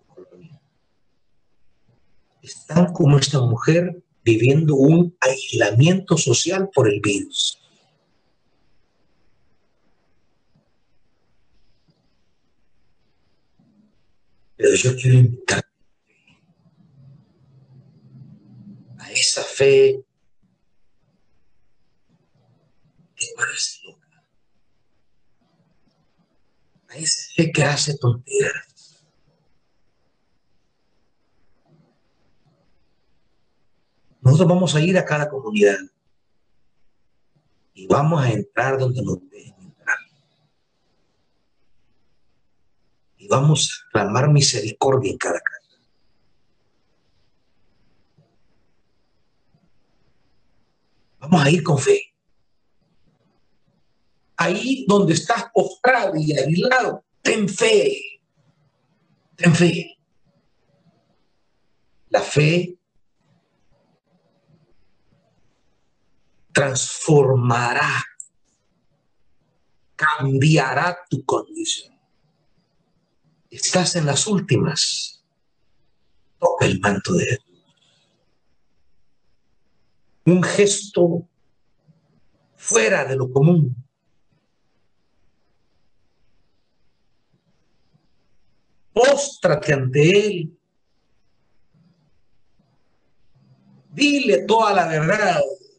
están como esta mujer viviendo un aislamiento social por el virus. Pero yo quiero invitar a esa fe que parece loca, a esa fe que hace tonteras. Nosotros vamos a ir a cada comunidad y vamos a entrar donde nos dejen entrar. Y vamos a clamar misericordia en cada casa. Vamos a ir con fe. Ahí donde estás postrado y aislado, ten fe. Ten fe. La fe transformará, cambiará tu condición. Estás en las últimas. Toca el manto de Jesús. Un gesto fuera de lo común. póstrate ante Él. Dile toda la verdad.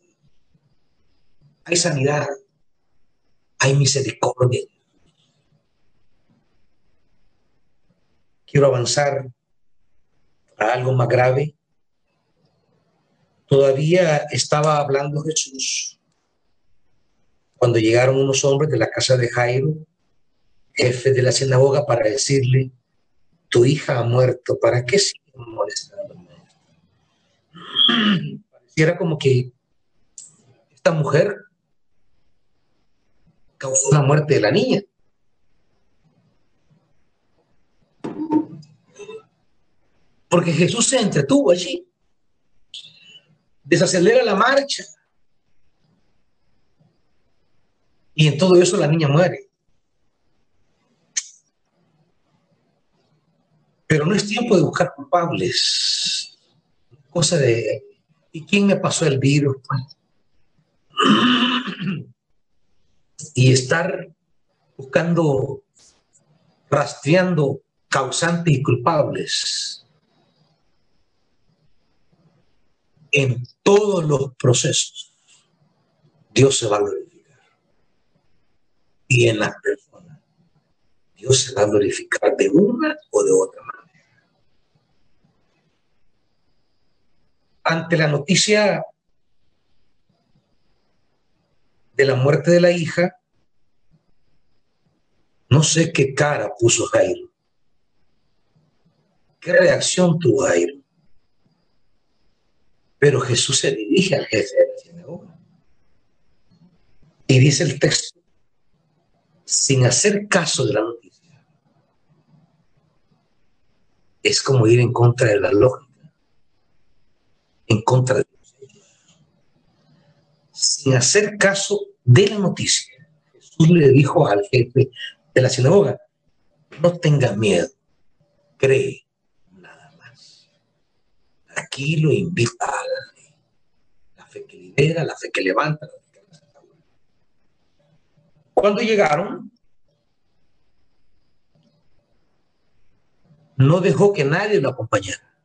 Hay sanidad, hay misericordia. Quiero avanzar a algo más grave. Todavía estaba hablando Jesús cuando llegaron unos hombres de la casa de Jairo, jefe de la sinagoga, para decirle: tu hija ha muerto, ¿para qué sigue molestándome? Pareciera como que esta mujer causó la muerte de la niña. Porque Jesús se entretuvo allí. Desacelera la marcha. Y en todo eso la niña muere. Pero no es tiempo de buscar culpables. Cosa de, ¿y quién me pasó el virus? Y estar buscando, rastreando causantes y culpables en todos los procesos. Dios se va a glorificar. Y en las personas, Dios se va a glorificar de una o de otra manera. Ante la noticia de la muerte de la hija, no sé qué cara puso Jairo. ¿Qué reacción tuvo Jairo? Pero Jesús se dirige al jefe de la sinagoga. Y dice el texto, sin hacer caso de la noticia. Es como ir en contra de la lógica, en contra de los hechos. Sin hacer caso de la noticia, Jesús le dijo al jefe de la sinagoga: no tenga miedo, cree nada más. Aquí lo invita a la fe. La fe que libera, la fe que levanta, la fe que restaura. Cuando llegaron, no dejó que nadie lo acompañara,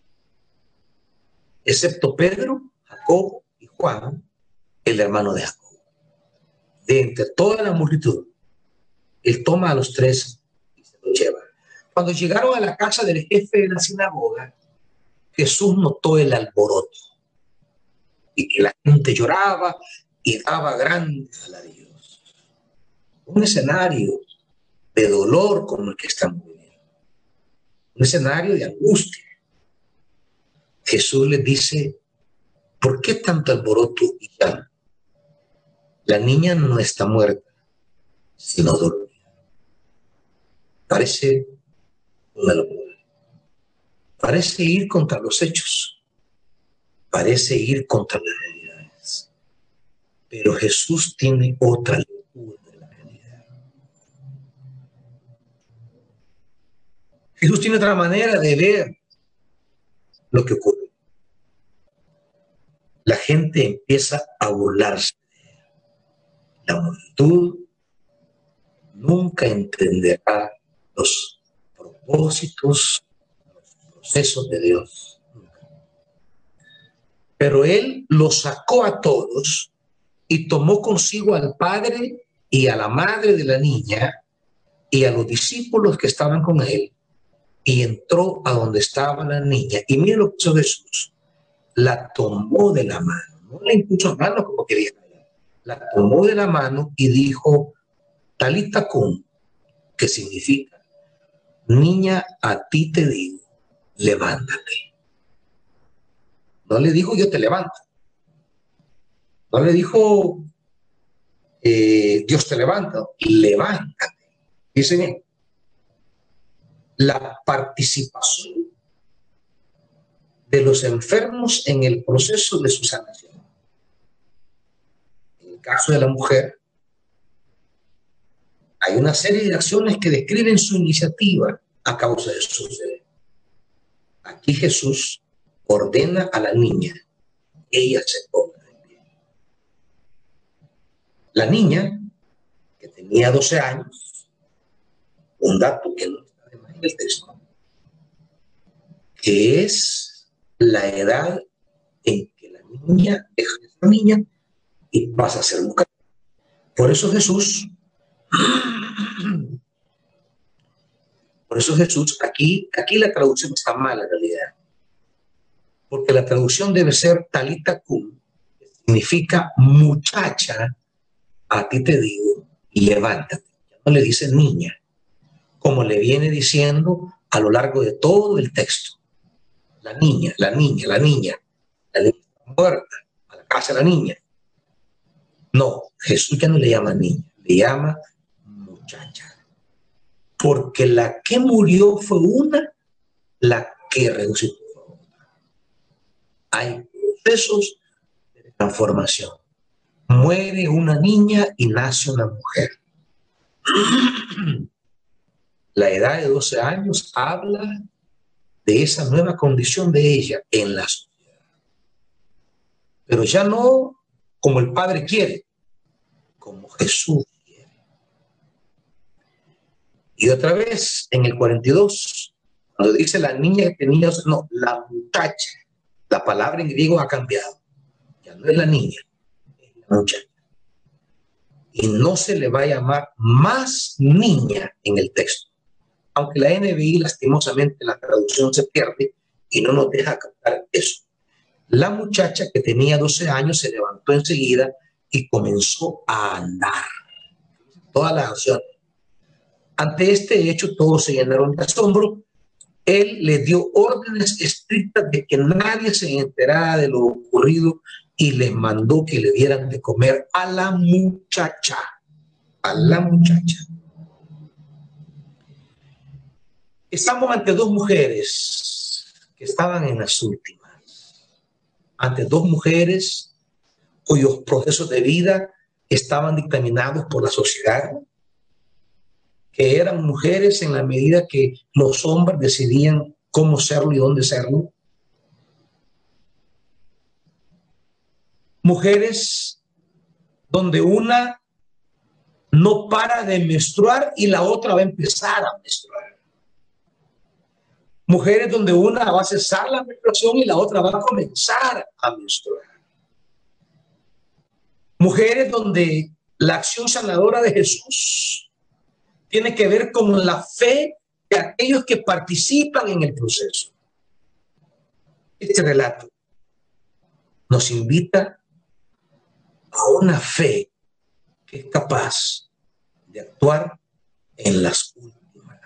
excepto Pedro, Jacobo y Juan, el hermano de Jacobo. De entre toda la multitud, él toma a los tres y se los lleva. Cuando llegaron a la casa del jefe de la sinagoga, Jesús notó el alboroto y que la gente lloraba y daba grandes alaridos. Un escenario de dolor como el que estamos viviendo. Un escenario de angustia. Jesús les dice: ¿por qué tanto alboroto y llanto? La niña no está muerta, sino dormida. Parece una locura. Parece ir contra los hechos. Parece ir contra las realidades. Pero Jesús tiene otra lectura de la realidad. Jesús tiene otra manera de ver lo que ocurre. La gente empieza a burlarse. La multitud nunca entenderá los propósitos, los procesos de Dios. Pero Él los sacó a todos y tomó consigo al padre y a la madre de la niña y a los discípulos que estaban con Él, y entró a donde estaba la niña. Y mire lo que hizo Jesús: la tomó de la mano, no la impuso a mano como quería, la tomó de la mano y dijo: Talita cum, que significa: niña, a ti te digo, levántate. No le dijo: yo te levanto. No le dijo: eh, Dios te levanta. Levántate. Dice bien, la participación de los enfermos en el proceso de su sanación. En el caso de la mujer, hay una serie de acciones que describen su iniciativa a causa de su fe. Aquí Jesús ordena a la niña, ella se ponga de pie. La niña, que tenía doce años, un dato que no está de más, en el texto, que es la edad en que la niña deja de ser niña y pasa a ser mujer. Por eso Jesús, por eso Jesús, aquí, aquí la traducción está mala en realidad, porque la traducción debe ser talita cum, que significa muchacha, a ti te digo, levántate. Ya no le dice niña, como le viene diciendo a lo largo de todo el texto. La niña, la niña, la niña, la niña está muerta, a la casa de la niña. No, Jesús ya no le llama niña, le llama muchacha. Porque la que murió fue una, la que resucitó fue otra. Hay procesos de transformación. Muere una niña y nace una mujer. La edad de doce años habla de esa nueva condición de ella en la sociedad. Pero ya no como el Padre quiere, como Jesús quiere. Y otra vez, en el cuarenta y dos, cuando dice la niña que tenía, no, la muchacha, la palabra en griego ha cambiado. Ya no es la niña, es la muchacha. Y no se le va a llamar más niña en el texto. Aunque la N B I, lastimosamente, la traducción se pierde y no nos deja captar eso. La muchacha que tenía doce años se levantó enseguida y comenzó a andar. Toda la acción. Ante este hecho, todos se llenaron de asombro. Él le dio órdenes estrictas de que nadie se enterara de lo ocurrido y les mandó que le dieran de comer a la muchacha. A la muchacha. Estamos ante dos mujeres que estaban en las últimas. Ante dos mujeres cuyos procesos de vida estaban dictaminados por la sociedad, que eran mujeres en la medida que los hombres decidían cómo serlo y dónde serlo. Mujeres donde una no para de menstruar y la otra va a empezar a menstruar. Mujeres donde una va a cesar la menstruación y la otra va a comenzar a menstruar. Mujeres donde la acción sanadora de Jesús tiene que ver con la fe de aquellos que participan en el proceso. Este relato nos invita a una fe que es capaz de actuar en las últimas.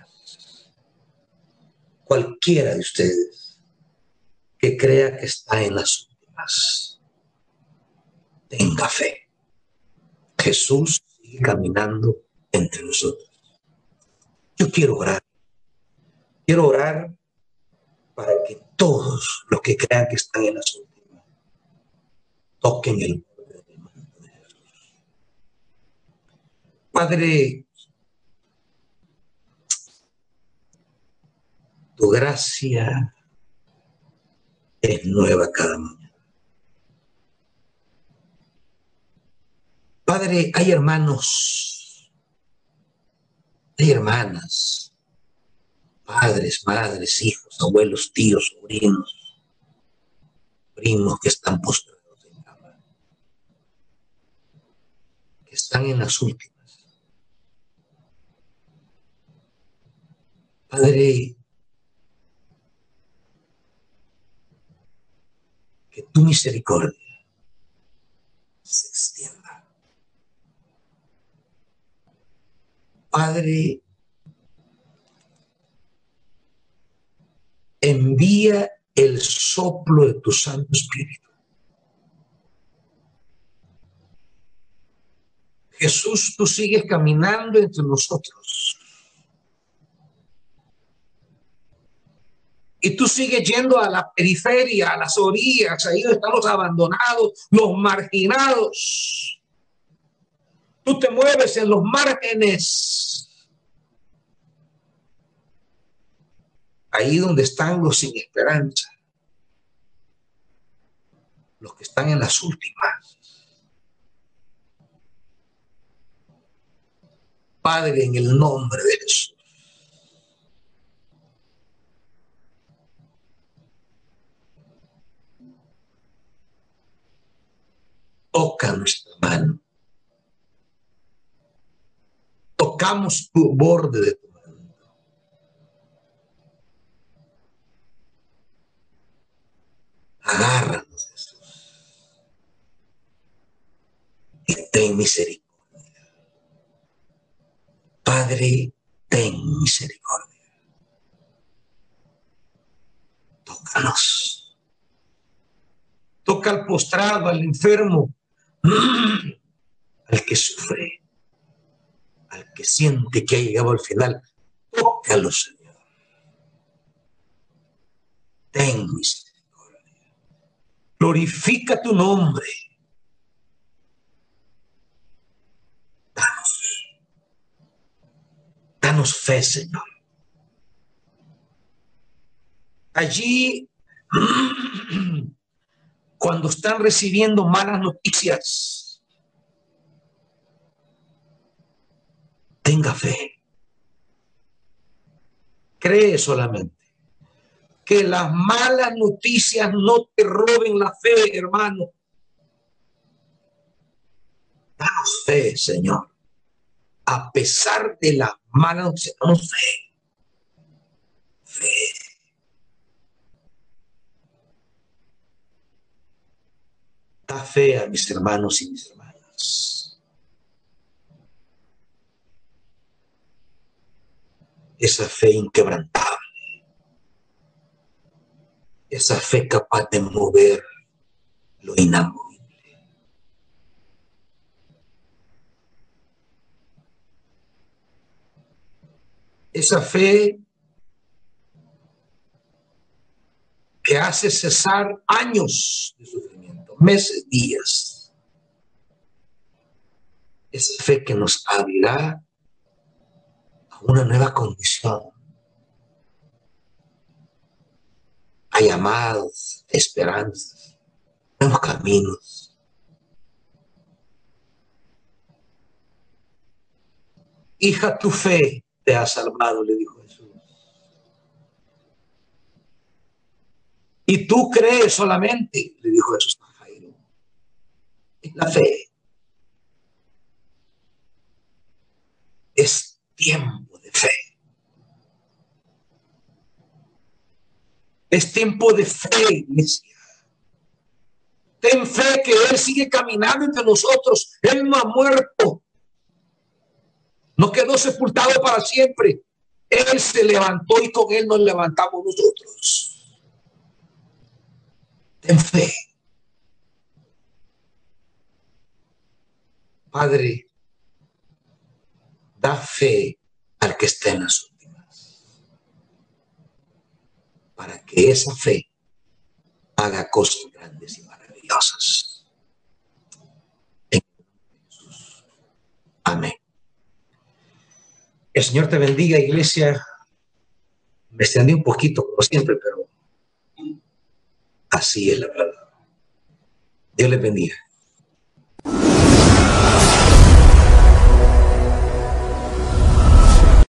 Cualquiera de ustedes que crea que está en las últimas, tenga fe. Jesús sigue caminando entre nosotros. Yo quiero orar. Quiero orar para que todos los que crean que están en las últimas toquen el borde del manto de Jesús. Padre, tu gracia es nueva cada mañana. Padre, hay hermanos, hay hermanas, padres, madres, hijos, abuelos, tíos, sobrinos, primos que están postrados en cama, que están en las últimas. Padre, que tu misericordia se extienda. Padre, envía el soplo de tu Santo Espíritu. Jesús, tú sigues caminando entre nosotros. Y tú sigues yendo a la periferia, a las orillas, ahí donde están los abandonados, los marginados. Tú te mueves en los márgenes. Ahí donde están los sin esperanza. Los que están en las últimas. Padre, en el nombre de Jesús, toca nuestra mano. Tocamos tu borde de tu mano. Agárranos, Jesús, y ten misericordia. Padre, ten misericordia. Tócanos. Toca al postrado, al enfermo, al que sufre, al que siente que ha llegado al final. Tócalo, Señor. Ten misericordia. Glorifica tu nombre. Danos fe. Danos fe, Señor. Allí, cuando están recibiendo malas noticias, tenga fe. Cree solamente. Que las malas noticias no te roben la fe, hermano. Danos fe, Señor. A pesar de las malas noticias, danos fe. Fe. Da fe a mis hermanos y mis hermanas. Esa fe inquebrantable. Esa fe capaz de mover lo inamovible. Esa fe que hace cesar años de sufrimiento, meses, días. Esa fe que nos abrirá a una nueva condición. A llamados, esperanzas, nuevos caminos. Hija, tu fe te ha salvado, le dijo Jesús. Y tú crees solamente, le dijo Jesús a Jairo. Es la fe. Es tiempo de fe. Es tiempo de fe, iglesia. Ten fe que Él sigue caminando entre nosotros. Él no ha muerto. No quedó sepultado para siempre. Él se levantó y con Él nos levantamos nosotros. Ten fe. Padre, da fe al que está en las últimas, para que esa fe haga cosas grandes y maravillosas. En Jesús. Amén. El Señor te bendiga, iglesia. Me extendí un poquito, como siempre, pero así es la verdad. Dios les bendiga.